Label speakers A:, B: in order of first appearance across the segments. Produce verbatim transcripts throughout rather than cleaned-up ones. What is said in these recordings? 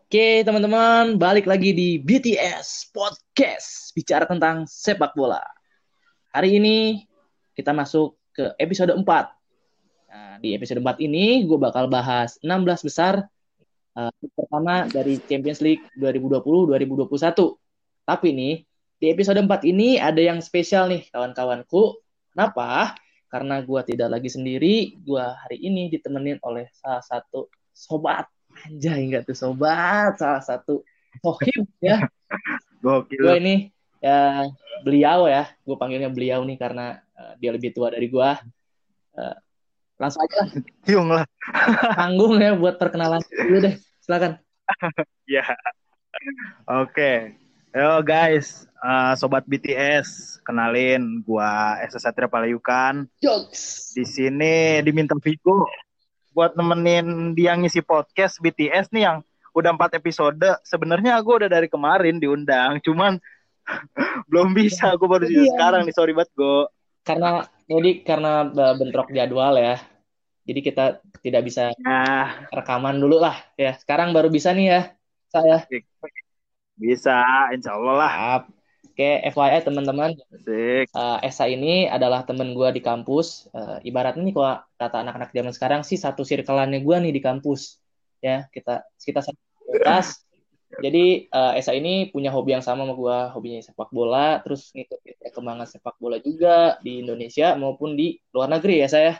A: Oke, teman-teman, balik lagi di B T S Podcast, bicara tentang sepak bola. Hari ini kita masuk ke episode empat. Nah, di episode empat ini gue bakal bahas enam belas besar uh, pertama dari Champions League dua ribu dua puluh dua ribu dua puluh satu. Tapi nih, di episode empat ini ada yang spesial nih, kawan-kawanku. Kenapa? Karena gue tidak lagi sendiri, gue hari ini ditemenin oleh salah satu sobat. Anjay, enggak tuh sobat, salah satu sohib ya. Gue
B: Gokil.
A: ini ya beliau ya, gue panggilnya beliau nih karena uh, dia lebih tua dari gue. Uh, langsung aja lah,
B: Yung lah.
A: tanggung ya buat perkenalan dulu deh, silakan.
B: Ya. Oke. Yo guys, uh, sobat B T S, kenalin gua Esa Satria Palayukan.
A: Jokes.
B: Di sini diminta Vigo buat nemenin dia ngisi podcast B T S nih yang udah empat episode. Sebenarnya aku udah dari kemarin diundang, cuman belum bisa. Aku baru bisa
A: Iya.
B: sekarang nih, sorry banget go.
A: Karena jadi karena uh, bentrok jadwal ya. Jadi kita tidak bisa
B: Nah,
A: rekaman dulu lah ya. Sekarang baru bisa nih ya. Saya.
B: bisa, insya Allah lah.
A: Maaf. Oke, F Y I teman-teman,
B: Asik.
A: uh, Esa ini adalah temen gue di kampus. Uh, ibaratnya nih kalau kata anak-anak zaman sekarang sih satu circle-annya gue nih di kampus. Ya, kita kita satu fakultas. Jadi uh, Esa ini punya hobi yang sama sama gue, hobinya sepak bola, terus ngikutin perkembangan sepak bola juga di Indonesia maupun di luar negeri ya saya.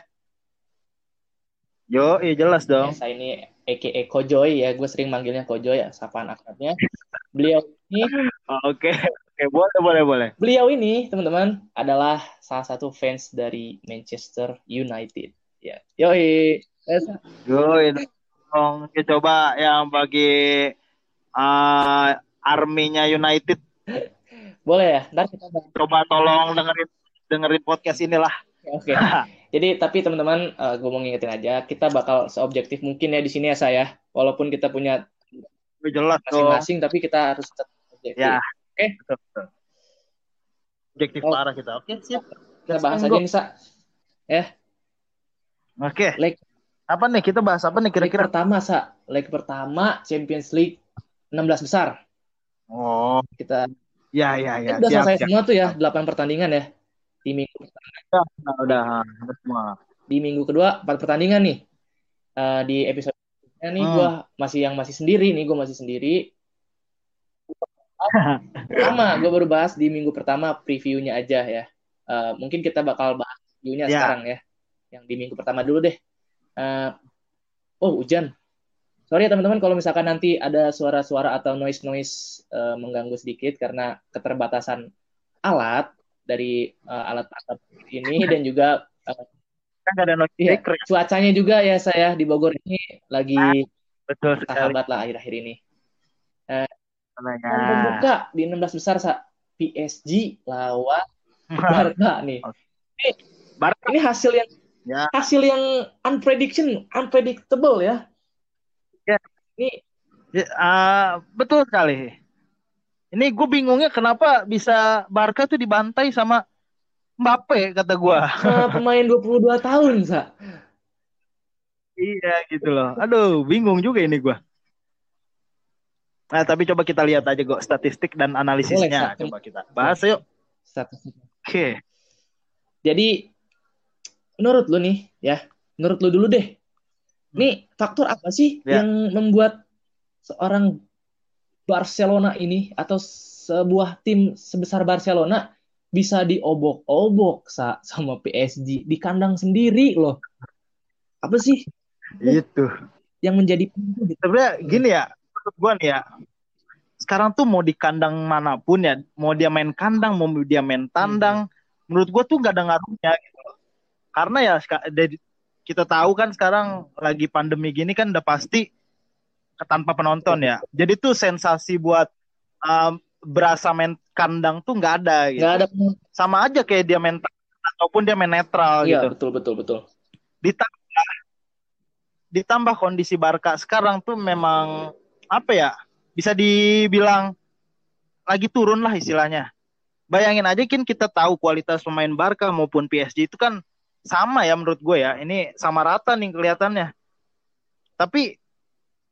B: Yo, iya jelas dong.
A: Esa ini A K A Kojoy ya, gue sering manggilnya Kojoy ya, sapaan akrabnya. Beliau ini
B: Oke, oke, boleh, boleh, boleh.
A: Beliau ini, teman-teman, adalah salah satu fans dari Manchester United. Ya, yoi. Esa.
B: Gue dong, kita coba yang bagi uh, arminya United.
A: Boleh ya? Ntar kita bahas.
B: Coba tolong dengerin dengerin podcast inilah.
A: Oke. Jadi, tapi teman-teman, uh, gue mau ngingetin aja, kita bakal seobjektif mungkin ya di sini ya saya. Walaupun kita punya
B: Jelas dong.
A: masing-masing, tapi kita harus tetap objektif.
B: Ya,
A: Oke?
B: betul, betul. Objektif
A: Oh,
B: parah kita. Oke, siap.
A: kita bahas
B: Gaskan,
A: aja
B: go.
A: nih, Sa. Ya,
B: Oke,
A: leg,
B: apa nih? Kita bahas apa nih
A: leg
B: kira-kira?
A: pertama, Sa. Leg pertama Champions League enam belas besar.
B: Oh,
A: Kita
B: ya, ya,
A: eh,
B: ya.
A: udah
B: Siap,
A: selesai
B: siap.
A: semua tuh ya, delapan pertandingan ya. Di minggu
B: Udah, udah, udah, udah semua.
A: di minggu kedua empat pertandingan nih. Uh, di episode ini gue
B: Hmm.
A: masih yang masih sendiri nih, gue masih sendiri. Sama, gue baru bahas di minggu pertama previewnya aja ya. Uh, mungkin kita bakal bahas previewnya
B: Ya,
A: sekarang ya. Yang di minggu pertama dulu deh. Uh, oh, hujan. Sorry ya teman-teman kalau misalkan nanti ada suara-suara atau noise-noise uh, mengganggu sedikit karena keterbatasan alat dari uh, alat-alat ini dan juga uh,
B: kan ada noise
A: iya,
B: breaker.
A: cuacanya juga ya saya di Bogor ini
B: Ah,
A: lagi
B: betul sekali.
A: sahabat lah akhir-akhir ini. Uh, Dan
B: Namanya.
A: pembuka di enam belas besar Sa. P S G lawan Barca nih. Ini,
B: Barca
A: ini hasil yang
B: ya.
A: hasil yang unprediction, unpredictable ya.
B: Ya,
A: Ini
B: ya, uh, betul sekali. Ini gue bingungnya kenapa bisa Barca tuh dibantai sama Mbappe kata gue.
A: uh, pemain dua puluh dua tahun, Sa.
B: Iya gitu loh. Aduh, bingung juga ini gue. Nah, tapi coba kita lihat aja kok statistik dan
A: Boleh, Sa.
B: analisisnya. Coba kita bahas yuk.
A: Statistik.
B: Oke.
A: Jadi menurut lu nih ya, menurut lu dulu deh. Nih, faktor apa sih
B: Ya.
A: yang membuat seorang Barcelona ini atau sebuah tim sebesar Barcelona bisa diobok-obok Sa, sama P S G di kandang sendiri loh. Apa sih
B: Itu.
A: yang menjadi pintu gitu?
B: Sebenarnya gini ya, menurut gue nih ya. Sekarang tuh mau di kandang manapun ya, mau dia main kandang, mau dia main tandang, hmm. menurut gue tuh gak ada ngaruhnya gitu. Karena ya kita tahu kan sekarang lagi pandemi gini kan udah pasti tanpa penonton ya. Jadi tuh sensasi buat um, berasa main kandang tuh nggak ada gitu.
A: Nggak ada.
B: Sama aja kayak dia main ataupun dia main netral
A: iya,
B: gitu.
A: Betul betul betul.
B: Ditambah ditambah kondisi Barca sekarang tuh memang apa ya? Bisa dibilang lagi turun lah istilahnya. Bayangin aja kan kita tahu kualitas pemain Barca maupun P S G itu kan sama ya menurut gue ya. Ini sama rata nih kelihatannya. Tapi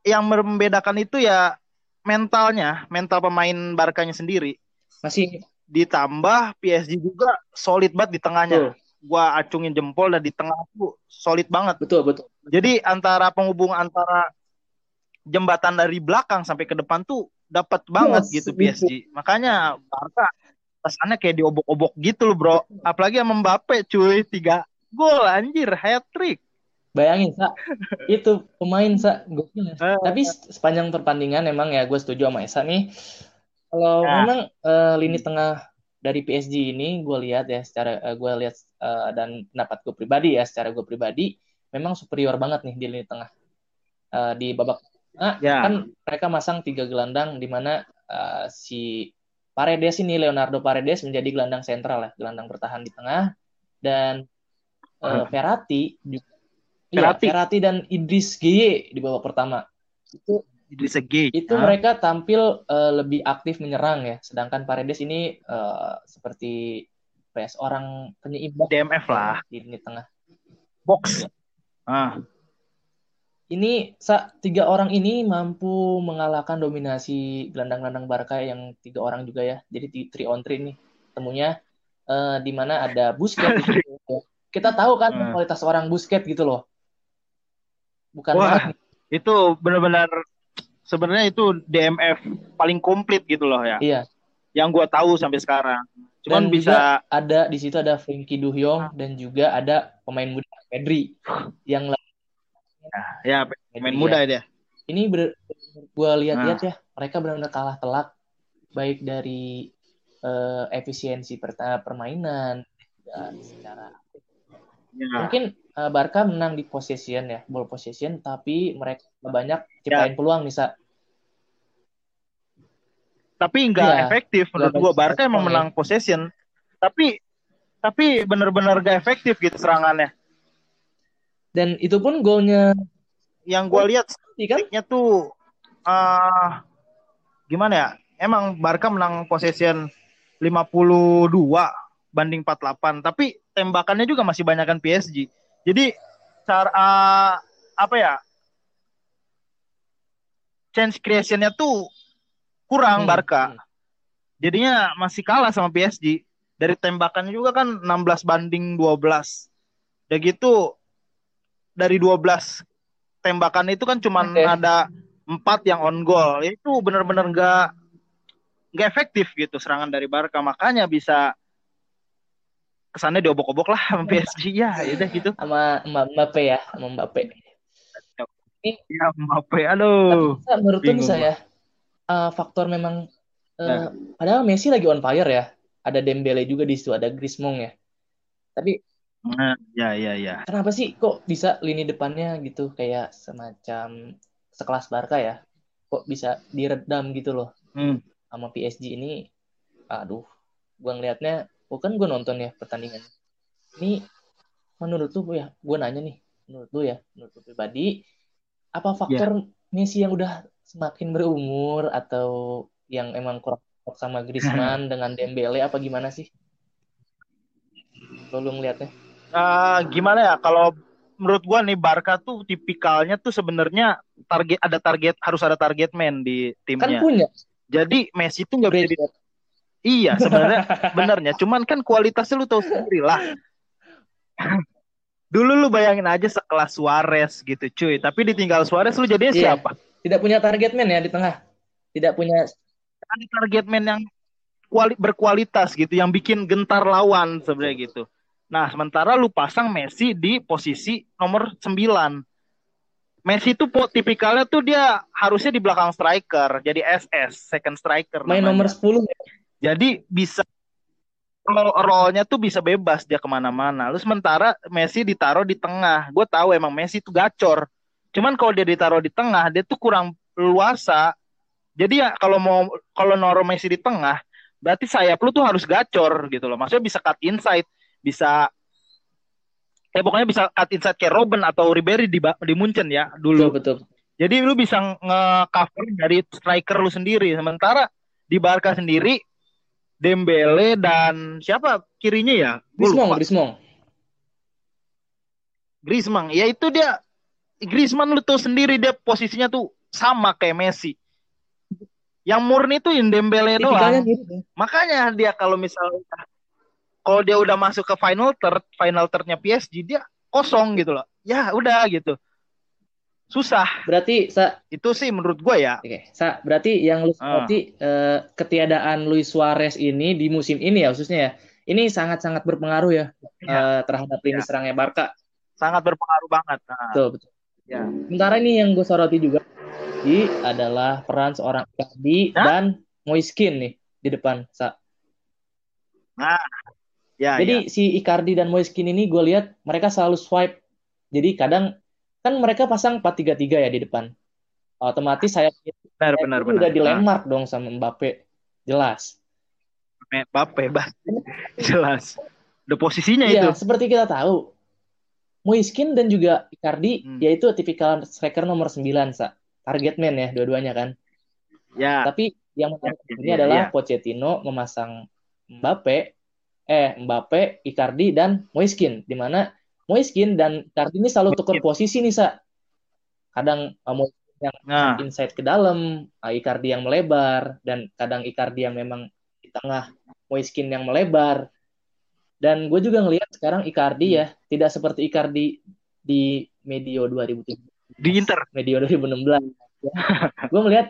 B: yang membedakan itu ya mentalnya, mental pemain Barkanya sendiri.
A: Masih
B: Ditambah P S G juga solid banget di tengahnya.
A: betul.
B: Gua acungin jempol dan di tengah tuh solid banget.
A: Betul, betul.
B: Jadi antara penghubung antara jembatan dari belakang sampai ke depan tuh dapat banget
A: Yes,
B: gitu P S G.
A: gitu.
B: Makanya Barca kesannya kayak diobok-obok gitu loh bro. Apalagi sama Mbappe cuy, tiga gol anjir, hat trick.
A: Bayangin, Sa, itu pemain, Sa, gokil ya.
B: Eh,
A: Tapi sepanjang pertandingan emang ya gue setuju sama Esa nih. Kalau
B: nah,
A: memang eh, lini tengah dari P S G ini gue lihat ya secara eh, gue lihat eh, dan pendapat gue pribadi ya secara gue pribadi memang superior banget nih di lini tengah. Eh, di babak nah,
B: ya,
A: kan mereka masang tiga gelandang di mana eh, si Paredes ini Leonardo Paredes menjadi gelandang sentral ya, gelandang bertahan di tengah dan eh, Verratti juga iya,
B: Verratti,
A: Verratti dan Idris Gueye di babak pertama. Itu
B: Idris Gueye.
A: itu
B: Hah?
A: mereka tampil eh, lebih aktif menyerang ya. Sedangkan Paredes ini eh, seperti apa ya, seorang penyeimbang
B: D M F
A: ya,
B: lah,
A: di lini tengah.
B: box.
A: Ya.
B: Ah,
A: Ini sa- tiga orang ini mampu mengalahkan dominasi gelandang-gelandang Barca yang tiga orang juga ya. Jadi ti- three on three nih. Temunya eh, di mana ada Busquets di situ. Kita tahu kan
B: ah.
A: kualitas orang Busquets gitu loh. Bukan
B: Wah,
A: main.
B: itu benar-benar sebenarnya itu D M F paling komplit gitu loh ya.
A: Iya.
B: Yang gue tahu sampai sekarang. Cuman
A: Dan
B: bisa
A: juga ada di situ ada Frenkie De Jong dan juga ada pemain muda Pedri yang
B: ya pemain
A: Pedri ya.
B: muda dia.
A: Ini ber- gue lihat-lihat
B: Nah,
A: ya, mereka benar-benar kalah telak baik dari eh, efisiensi per- permainan dan secara
B: ya,
A: mungkin eh, Barca menang di possession ya, ball possession, tapi mereka banyak
B: ya.
A: ciptain peluang bisa.
B: Tapi nggak
A: Iya,
B: efektif
A: nggak
B: menurut
A: banyak
B: gue. Barca emang
A: peluang ya.
B: menang possession. Tapi tapi benar-benar gak efektif gitu serangannya.
A: Dan itu pun golnya
B: Yang gue lihat
A: sih kan?
B: statistiknya tuh uh, gimana ya? Emang Barca menang possession lima puluh dua banding empat puluh delapan, tapi tembakannya juga masih banyakan P S G. Jadi cara uh, apa ya? Chance creation-nya tuh kurang
A: Hmm,
B: Barca.
A: hmm.
B: Jadinya masih kalah sama P S G. Dari tembakannya juga kan enam belas banding dua belas. Udah gitu dari dua belas tembakan itu kan cuma
A: Oke.
B: ada empat yang on goal. Itu benar-benar nggak nggak efektif gitu serangan dari Barca. Makanya bisa kesannya diobok-obok lah sama P S G ya. Udah gitu.
A: Sama Mbappe ya, sama Mbappe. Ini
B: Ya Mbappe,
A: tapi
B: aduh,
A: Sa, menurut tuh nih
B: bingung gua.
A: saya uh, faktor memang uh,
B: Nah,
A: padahal Messi lagi on fire ya. Ada Dembele juga di situ, ada Griezmann ya. Tapi
B: nah, ya ya ya.
A: kenapa sih kok bisa lini depannya gitu kayak semacam sekelas Barca ya? Kok bisa diredam gitu loh
B: Hmm.
A: sama P S G ini? Aduh, gua ngelihatnya, oh kan gua nonton ya pertandingan. Ini menurut lu ya, gua nanya nih, menurut lu ya, menurut lu pribadi, apa
B: Ya.
A: faktor Messi yang udah semakin berumur atau yang emang kurang cocok sama Griezmann dengan Dembele apa gimana sih? Lo lu ngelihatnya?
B: Uh, gimana ya kalau menurut gua nih Barca tuh tipikalnya tuh sebenarnya target ada target harus ada target man di
A: Kan
B: timnya.
A: punya
B: Jadi Messi tuh nggak bisa di...
A: Brady.
B: Iya sebenarnya benernya. Cuman kan kualitasnya lu tahu sendiri lah. Dulu lu bayangin aja sekelas Suarez gitu cuy. Tapi ditinggal Suarez lu jadinya
A: Iya,
B: siapa?
A: tidak punya target man ya di tengah. Tidak punya
B: Ada target man yang kuali, berkualitas gitu, yang bikin gentar lawan sebenarnya gitu. Nah, sementara lu pasang Messi di posisi nomor sembilan. Messi tuh po, tipikalnya tuh dia harusnya di belakang striker, jadi S S, second striker
A: main nomor
B: namanya.
A: sepuluh.
B: Jadi bisa role-nya tuh bisa bebas dia kemana-mana. Lu sementara Messi ditaruh di tengah. Gue tahu emang Messi tuh gacor. Cuman kalau dia ditaruh di tengah, dia tuh kurang luasa. Jadi ya kalau mau kalau noro Messi di tengah, berarti sayap lu tuh harus gacor gitu loh. Maksudnya bisa cut inside, bisa eh pokoknya bisa cut inside kayak Robben atau Ribery di di Munchen ya
A: Betul,
B: dulu.
A: betul.
B: Jadi lu bisa nge-cover dari striker lu sendiri. Sementara di Barca sendiri Dembele dan siapa kirinya ya? Gue
A: Griezmann,
B: lupa.
A: Griezmann.
B: Griezmann. Ya itu dia Griezmann lu tuh sendiri dia posisinya tuh sama kayak Messi. Yang murni tuh Dembele
A: Tipikalnya
B: doang.
A: gitu ya.
B: Makanya dia kalau misalnya kalau dia udah masuk ke final third, final thirdnya P S G dia kosong gitu loh. Ya udah gitu. Susah.
A: Berarti sa
B: Itu sih menurut gue ya.
A: Oke, Sa, berarti yang lu
B: Uh,
A: berarti eh, ketiadaan Luis Suarez ini di musim ini ya khususnya ya, ini sangat-sangat berpengaruh ya
B: ya,
A: eh, terhadap lini
B: ya,
A: serangnya Barca.
B: sangat berpengaruh banget. Nah,
A: Betul, betul.
B: ya.
A: Sementara ini yang gue soroti juga di adalah peran seorang Icardi
B: Hah?
A: dan Moiskin nih di depan, Sa.
B: Nah, ya, ya.
A: Jadi si Icardi dan Moiskin ini gue lihat mereka selalu swipe. Jadi kadang kan mereka pasang empat tiga tiga ya di depan. Otomatis saya
B: Benar,
A: saya
B: benar,
A: ini
B: benar.
A: udah di
B: Nah,
A: landmark dong sama Mbappe. Jelas.
B: Mbappe, jelas. Udah posisinya
A: Iya,
B: itu.
A: seperti kita tahu, Moiskin dan juga Icardi
B: Hmm.
A: yaitu tipikal striker nomor sembilan, Sa. Target man ya dua-duanya kan.
B: Ya.
A: Tapi yang menarik
B: Ya,
A: ini
B: ya,
A: adalah
B: ya.
A: Pochettino memasang Mbappe, eh Mbappe, Icardi dan Moiskin, di mana Moiskin dan Icardi ini selalu tukar posisi nih, Sa. Kadang uh, Moiskin yang
B: Nah,
A: inside ke dalam, uh, Icardi yang melebar, dan kadang Icardi yang memang di tengah, Moiskin yang melebar. Dan gue juga ngelihat sekarang Icardi ya, tidak seperti Icardi di medio dua ribu tujuh belas,
B: di Inter.
A: medio dua ribu enam belas. Ya. Gue melihat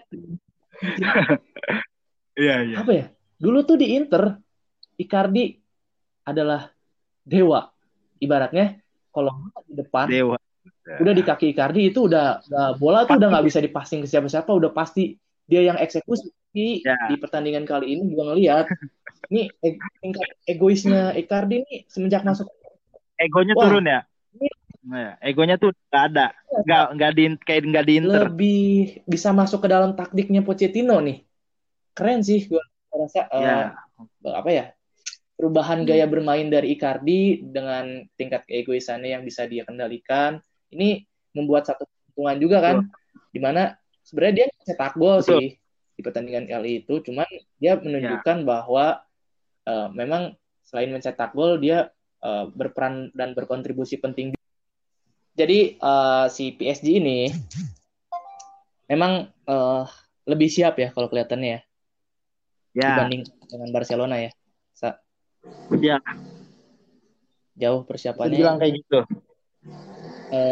B: Iya, iya.
A: apa ya? Dulu tuh di Inter, Icardi adalah dewa. Ibaratnya kalau di depan,
B: Dewa.
A: udah di kaki Icardi itu udah, udah bola tuh udah nggak bisa dipasing ke siapa-siapa, udah pasti dia yang eksekusi.
B: Ya.
A: Di pertandingan kali ini gue ngelihat nih e- tingkat egoisnya Icardi nih semenjak masuk.
B: Egonya
A: Wah,
B: turun ya.
A: ini
B: Nah, egonya tuh nggak ada. Nggak nggak di kayak nggak di Inter.
A: lebih bisa masuk ke dalam taktiknya Pochettino nih. Keren sih gue rasa eh,
B: Ya.
A: apa ya? Perubahan gaya bermain dari Icardi dengan tingkat keegoisannya yang bisa dia kendalikan. Ini membuat satu keuntungan juga kan, di mana sebenarnya dia cetak gol
B: Betul.
A: sih di pertandingan kali itu, cuman dia menunjukkan ya. bahwa uh, memang selain mencetak gol dia uh, berperan dan berkontribusi penting. Jadi uh, si P S G ini memang uh, lebih siap ya kalau kelihatannya ya,
B: ya.
A: dibanding dengan Barcelona ya. Sa-
B: ya.
A: Jauh persiapannya.
B: Bisa bilang kayak gitu.
A: Uh,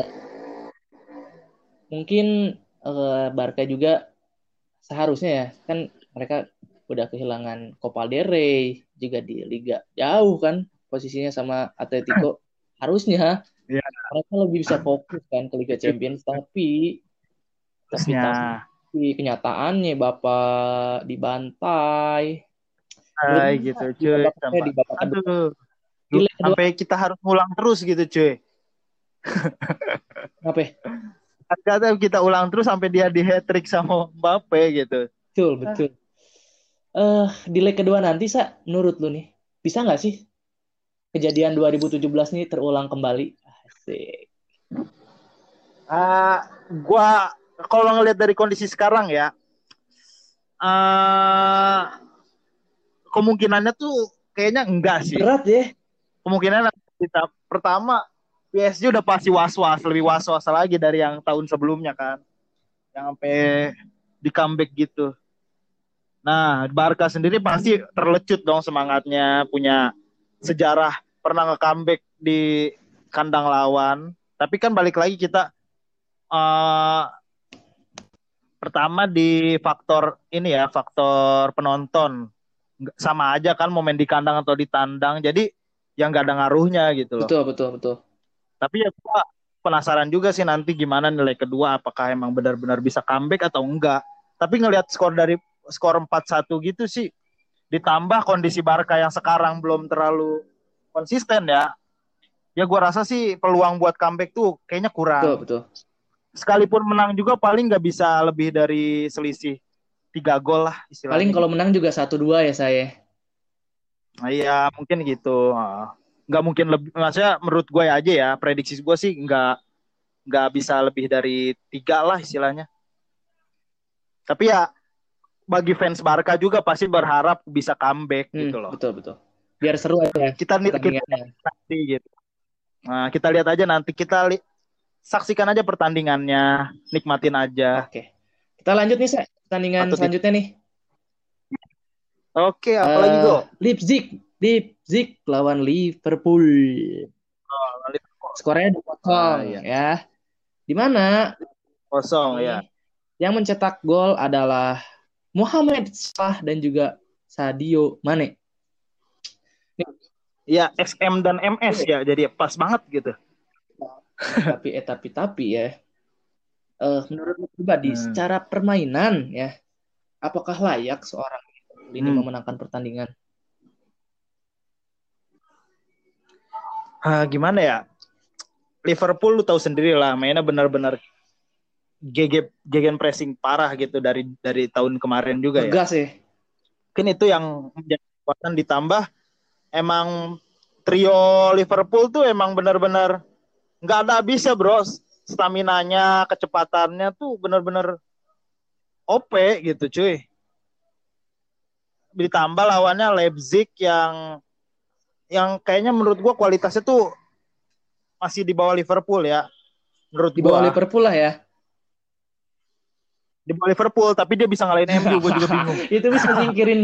A: mungkin uh, Barca juga seharusnya ya, kan mereka udah kehilangan Copa del Rey juga di Liga jauh kan posisinya sama Atletico. Harusnya ya. mereka lebih bisa fokus kan ke Liga Champions, tapi tapi, tapi kenyataannya Bapak dibantai.
B: Ay, gitu cuy. Sampai,
A: di babak
B: aduh. Sampai kita harus ngulang terus gitu cuy.
A: Apa?
B: Kata kita ulang terus sampai dia di hat-trick sama Mbappe gitu.
A: Betul, betul. Eh, uh, di leg kedua nanti, Sa, menurut lu nih, bisa nggak sih kejadian dua ribu tujuh belas nih terulang kembali? Asik.
B: Uh, gua kalau ngelihat dari kondisi sekarang ya, uh, kemungkinannya tuh kayaknya enggak sih.
A: Berat ya.
B: Kemungkinan kita pertama P S G udah pasti was-was, lebih was-was lagi dari yang tahun sebelumnya kan. Yang sampai di comeback gitu. Nah, Barca sendiri pasti terlecut dong semangatnya, punya sejarah pernah nge-comeback di kandang lawan. Tapi kan balik lagi kita uh, pertama di faktor ini ya, faktor penonton. Sama aja kan mau main di kandang atau di tandang. Jadi yang gak ada ngaruhnya gitu loh.
A: Betul, betul, betul.
B: Tapi ya gua penasaran juga sih nanti gimana nilai kedua, apakah emang benar-benar bisa comeback atau enggak. Tapi ngelihat skor dari skor empat satu gitu sih, ditambah kondisi Barca yang sekarang belum terlalu konsisten ya, ya gue rasa sih peluang buat comeback tuh kayaknya kurang.
A: Betul, betul.
B: Sekalipun menang juga paling gak bisa lebih dari selisih tiga gol lah istilahnya.
A: Paling kalau menang juga satu dua ya saya.
B: Nah, iya mungkin gitu. Nggak mungkin lebih, maksudnya menurut gue aja ya, prediksi gue sih nggak nggak bisa lebih dari tiga lah istilahnya. Tapi ya bagi fans Barca juga pasti berharap bisa comeback hmm, gitu loh.
A: Betul, betul. Biar seru aja.
B: Kita nih kita nanti gitu. Nah, kita lihat aja nanti, kita li- saksikan aja pertandingannya, nikmatin aja.
A: Oke. Kita lanjut nih, Sa. Pertandingan
B: Patut di-
A: selanjutnya nih.
B: Oke, apalagi
A: Eh,
B: Go?
A: Leipzig, Leipzig lawan Liverpool.
B: Oh, Liverpool.
A: Skornya dua kosong
B: Ah, iya.
A: ya. Di mana
B: Kosong ya.
A: ini yang mencetak gol adalah Mohamed Salah dan juga Sadio Mane.
B: Iya, X M dan M S ya, jadi pas banget gitu.
A: Tapi eh tapi tapi ya. Eh menurut lu pribadi
B: Hmm.
A: secara permainan ya, apakah layak seorang ini
B: Hmm.
A: memenangkan pertandingan?
B: Ah, gimana ya? Liverpool lu tahu sendiri lah, mainnya benar-benar gege gegen pressing parah gitu dari dari tahun kemarin juga ya.
A: Tegas ya.
B: Mungkin itu yang menjadi kekuatan, ditambah emang trio Liverpool tuh emang benar-benar nggak ada habisnya bro, staminanya, kecepatannya tuh benar-benar O P gitu cuy. Ditambah lawannya Leipzig yang yang kayaknya menurut gua kualitasnya tuh masih di bawah Liverpool ya, menurut
A: Di bawah
B: gua.
A: Liverpool lah ya.
B: Di bawah Liverpool, tapi dia bisa ngalahin M U, gue juga bingung.
A: Itu bisa nyingkirin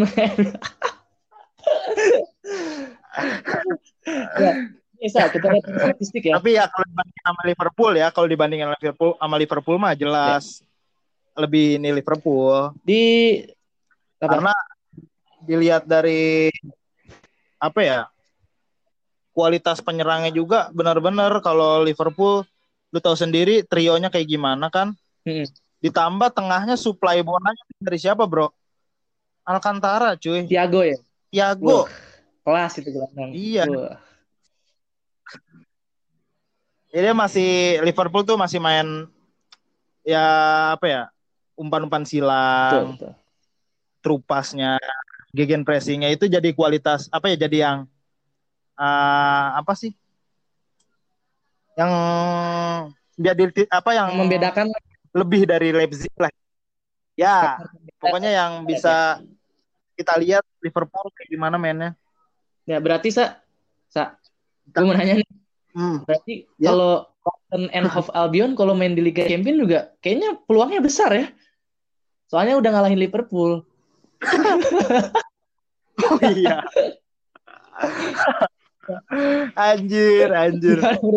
A: ya, bisa kita lihat statistik ya.
B: Tapi ya kalau dibandingin sama Liverpool ya, kalau dibandingin Liverpool sama Liverpool mah jelas ya. Lebih ini Liverpool.
A: Di apa?
B: Karena dilihat dari apa ya? Kualitas penyerangnya juga benar-benar kalau Liverpool lu tahu sendiri trionya kayak gimana kan?
A: Hmm.
B: Ditambah tengahnya supply bolanya dari siapa, Bro? Alcantara, cuy.
A: Thiago ya?
B: Thiago.
A: Wah, kelas itu gelandang.
B: Iya.
A: Wah.
B: Jadi masih Liverpool tuh masih main ya apa ya? Umpan-umpan silang.
A: Betul, betul.
B: Trupasnya, gegen pressingnya itu jadi kualitas apa ya? Jadi yang uh, apa sih? Yang jadi apa yang,
A: yang membedakan
B: lebih dari Leipzig lah. Ya, pokoknya yang bisa kita lihat Liverpool kayak gimana mainnya.
A: Ya berarti sa, sa, gue mau nanya nih.
B: Hmm.
A: Berarti
B: Ya.
A: kalau Brighton and Hove Albion kalau main di Liga Champions juga kayaknya peluangnya besar ya. Soalnya udah ngalahin Liverpool.
B: Oh iya. Anjir, anjir.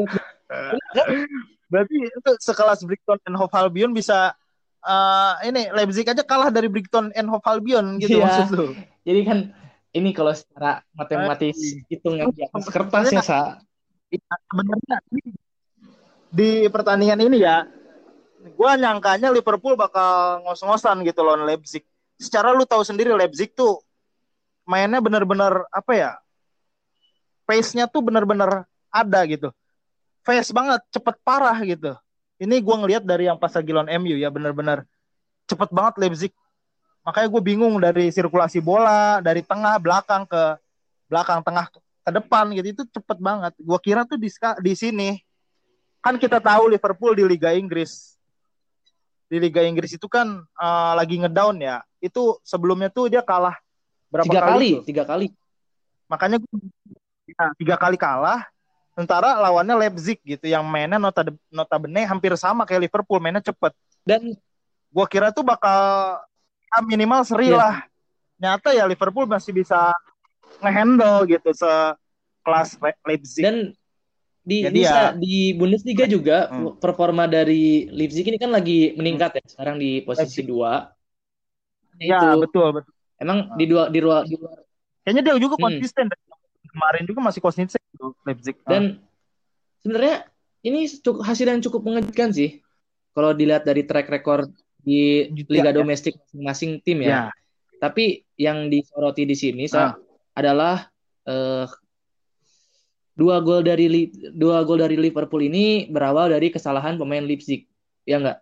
B: Berarti itu sekelas Brighton and Hove Albion bisa uh, ini Leipzig aja kalah dari Brighton and Hove Albion gitu
A: ya,
B: maksud lu.
A: Jadi kan ini kalau secara matematis hitungan di atas kertas ya, Sa.
B: Sebenarnya di pertandingan ini ya, gue nyangkanya Liverpool bakal ngos-ngosan gitu lawan Leipzig. Secara lu tahu sendiri Leipzig tuh mainnya benar-benar apa ya? Pace-nya tuh benar-benar ada gitu. Fast banget, cepet parah gitu. Ini gue ngelihat dari yang pas lagi lawan M U ya, benar-benar cepet banget Leipzig. Makanya gue bingung dari sirkulasi bola, dari tengah, belakang ke belakang, tengah ke depan gitu, itu cepet banget. Gue kira tuh di, di sini, kan kita tahu Liverpool di Liga Inggris. Di Liga Inggris itu kan uh, lagi ngedown ya. Itu sebelumnya tuh dia kalah berapa
A: tiga
B: kali?
A: Kali,
B: tuh?
A: Tiga kali.
B: Makanya gue ya, tiga kali kalah. Sementara lawannya Leipzig gitu, yang mainnya nota notabene hampir sama kayak Liverpool, mainnya cepet.
A: Dan
B: gue kira tuh bakal ya, minimal seri yeah. lah. Nyata ya Liverpool masih bisa ngehandle gitu sekelas Leipzig.
A: Dan di
B: Jadi
A: bisa
B: ya,
A: di Bundesliga juga hmm. performa dari Leipzig ini kan lagi meningkat ya. Sekarang di posisi dua.
B: Ya itu. betul betul.
A: Emang hmm. di dua di luar di luar.
B: Kayaknya dia juga konsisten. Hmm. Kemarin juga masih konsisten gitu, Leipzig.
A: Dan hmm. sebenarnya ini cukup, hasil yang cukup mengejutkan sih. Kalau dilihat dari track record di liga ya, domestik masing-masing tim ya. ya. Tapi yang disoroti di sini ah. adalah eh, dua gol dari dua gol dari Liverpool ini berawal dari kesalahan pemain Leipzig. Ya enggak?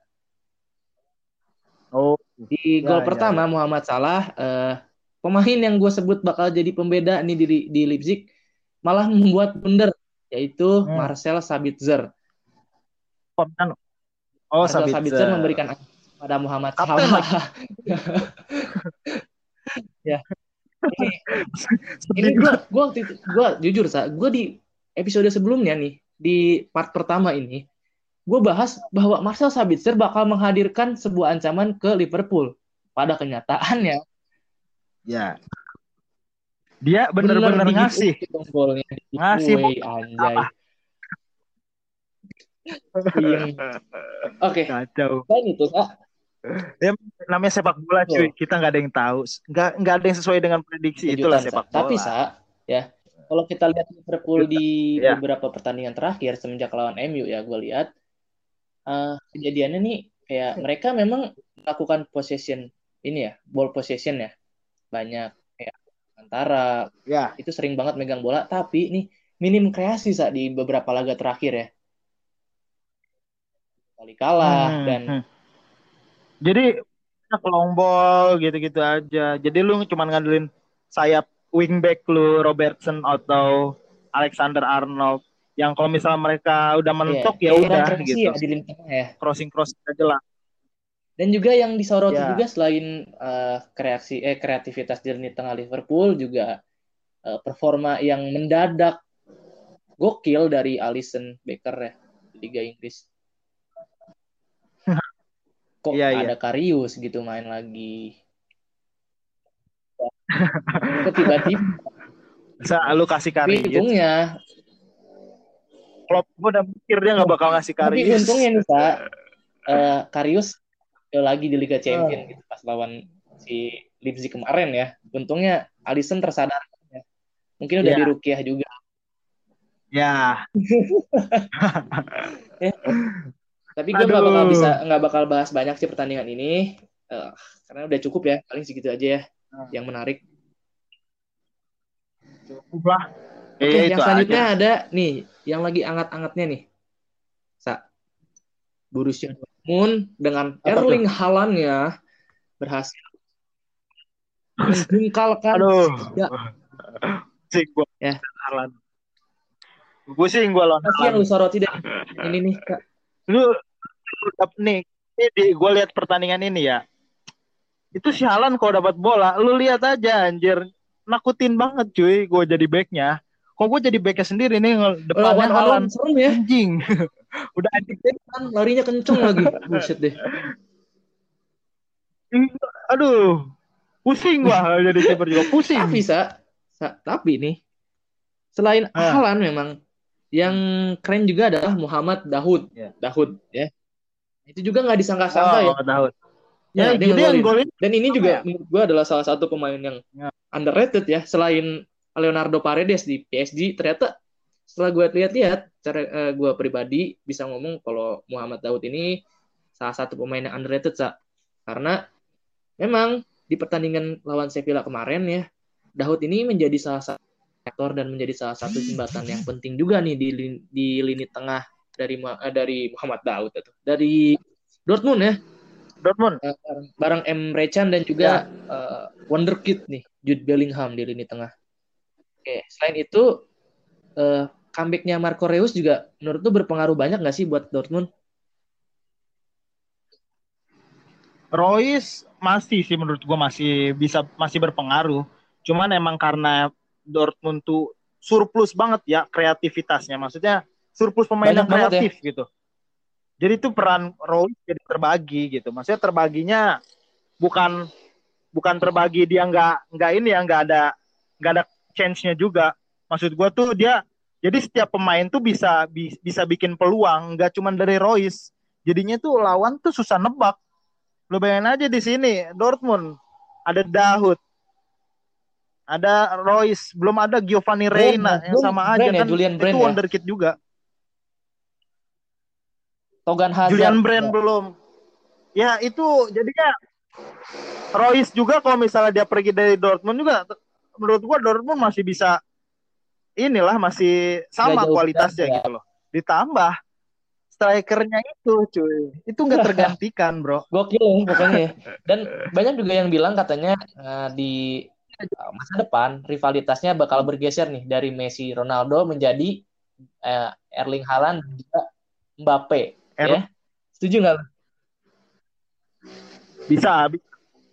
B: Oh.
A: Di gol ya, pertama ya, ya. Muhammad Salah eh, pemain yang gue sebut bakal jadi pembeda nih di, di Leipzig malah membuat blunder, yaitu hmm. Marcel Sabitzer.
B: Oh,
A: Marcel Sabitzer. Sabitzer memberikan pada Muhammad Salah. ya. Ini, ini gue gue waktu itu gue jujur sa, gue di episode sebelumnya nih di part pertama ini gue bahas bahwa Marcel Sabitzer bakal menghadirkan sebuah ancaman ke Liverpool. Pada kenyataannya,
B: Ya. Dia
A: bener
B: bener-bener
A: di
B: ngasih.
A: giveaway dong golnya. Di
B: Ngasih
A: giveaway, anjay. Oke. Okay.
B: Kacau.
A: Selain itu, Kak.
B: Ya, namanya sepak bola cuy.
A: Betul.
B: Kita nggak ada yang tahu. Nggak nggak ada yang sesuai dengan prediksi.
A: Kejutan,
B: Itulah
A: Sa.
B: sepak bola.
A: Tapi, Sa, ya, kalau kita lihat Liverpool
B: Kejutan.
A: di
B: Ya.
A: beberapa pertandingan terakhir semenjak lawan M U ya, gue lihat uh, kejadiannya nih kayak mereka memang melakukan possession ini ya, ball possession ya. Banyak kayak antara
B: Ya.
A: itu sering banget megang bola, tapi nih minim kreasi saat di beberapa laga terakhir ya. Kali kalah
B: Hmm,
A: dan
B: hmm. Jadi long ball gitu-gitu aja. Jadi lu cuma ngandelin sayap wingback lu Robertson atau Alexander Arnold yang kalau misalnya mereka udah mentok
A: yeah,
B: ya udah
A: kreasi
B: gitu.
A: Ya di lini tengah ya.
B: Crossing crossing aja lah.
A: Dan juga yang disoroti
B: Ya.
A: juga selain uh, kreasi eh kreativitas di lini tengah Liverpool juga uh, performa yang mendadak gokil dari Alisson Becker ya di Liga Inggris. Kok
B: Iya,
A: ada
B: iya.
A: Karius gitu main lagi. Kok tiba-tiba
B: Bisa lu kasih
A: tapi
B: Karius.
A: untungnya
B: Klopp gue udah mikir dia nggak bakal ngasih Karius.
A: Tapi untungnya nih Sa, uh, Karius lagi di Liga Champions gitu pas lawan si Leipzig kemarin ya. Untungnya Alisson tersadar. Ya. Mungkin udah
B: Ya.
A: di Rukiah juga.
B: Ya.
A: ya. Tapi gue nggak bakal bisa nggak bakal bahas banyak sih pertandingan ini uh, karena udah cukup ya, paling segitu aja ya hmm. yang menarik.
B: Cukup lah.
A: Oke, okay, yang selanjutnya aja. Ada nih yang lagi anget-angetnya nih. Sa. Borussia Dortmund dengan apa Erling Haaland ya berhasil menjungkalkan
B: ya. Pusing gue
A: ya.
B: Haaland. Pusing gue lawan
A: Haaland. Yang lu soroti dari ini nih Kak.
B: Lu, lu nih, ini gue lihat pertandingan ini ya. Itu si Haaland kalau dapat bola, lu lihat aja anjir. Nakutin banget cuy, gue jadi backnya. Kok gue jadi backnya sendiri nih depannya oh, Haaland.
A: Serem ya.
B: Anjing. Udah anjing
A: kan larinya kenceng lagi. Buset deh.
B: Aduh. Pusing gua jadi kiper juga pusing.
A: Tapi sa, sa tapi nih selain ah. Haaland memang yang keren juga adalah Muhammad Dahoud. Yeah. Dahoud ya. Itu juga nggak disangka-sangka oh, ya.
B: Dahoud.
A: Ya, ya dia ngegolin. Dan ini juga ya? Menurut gua adalah salah satu pemain yang ya. underrated ya. Selain Leonardo Paredes di P S G, ternyata setelah gue lihat-lihat, cara uh, gue pribadi bisa ngomong kalau Muhammad Dahoud ini salah satu pemain yang underrated sa. Karena memang di pertandingan lawan Sevilla kemarin ya, Dahoud ini menjadi salah satu aktor dan menjadi salah satu jembatan yang penting juga nih di di lini tengah dari uh, dari Muhammad Dahoud itu. Dari Dortmund ya.
B: Dortmund.
A: Uh, bareng Emre Can dan juga ya. uh, wonderkid nih, Jude Bellingham di lini tengah. Oke, selain itu uh, comeback-nya Marco Reus juga menurut lu berpengaruh banyak nggak sih buat Dortmund?
B: Reus masih sih menurut gue masih bisa masih berpengaruh. Cuman emang karena Dortmund tuh surplus banget ya kreativitasnya. Maksudnya surplus pemain yang kreatif ya? Gitu. Jadi tuh peran Reus jadi terbagi gitu. Maksudnya terbaginya bukan bukan terbagi dia nggak nggak ini ya nggak ada nggak ada chance-nya juga. Maksud gue tuh dia jadi setiap pemain tuh bisa bisa bikin peluang, nggak cuma dari Reus. Jadinya tuh lawan tuh susah nebak. Lu bayangin aja di sini Dortmund ada Dahoud, ada Reus, belum ada Giovanni Reina yang sama aja kan
A: ya,
B: itu ya? Wonderkid juga.
A: Togan Hazard.
B: Julian Brand ya. Belum. Ya itu jadinya Reus juga kalau misalnya dia pergi dari Dortmund juga menurut gua Dortmund masih bisa inilah masih sama kualitasnya ya. Gitu loh. Ditambah strikernya itu cuy itu nggak tergantikan bro.
A: Gokil ya pokoknya ya. Dan banyak juga yang bilang katanya uh, di uh, masa depan rivalitasnya bakal bergeser nih dari Messi Ronaldo menjadi uh, Erling Haaland dan juga Mbappe er- ya setuju nggak?
B: Bisa, bisa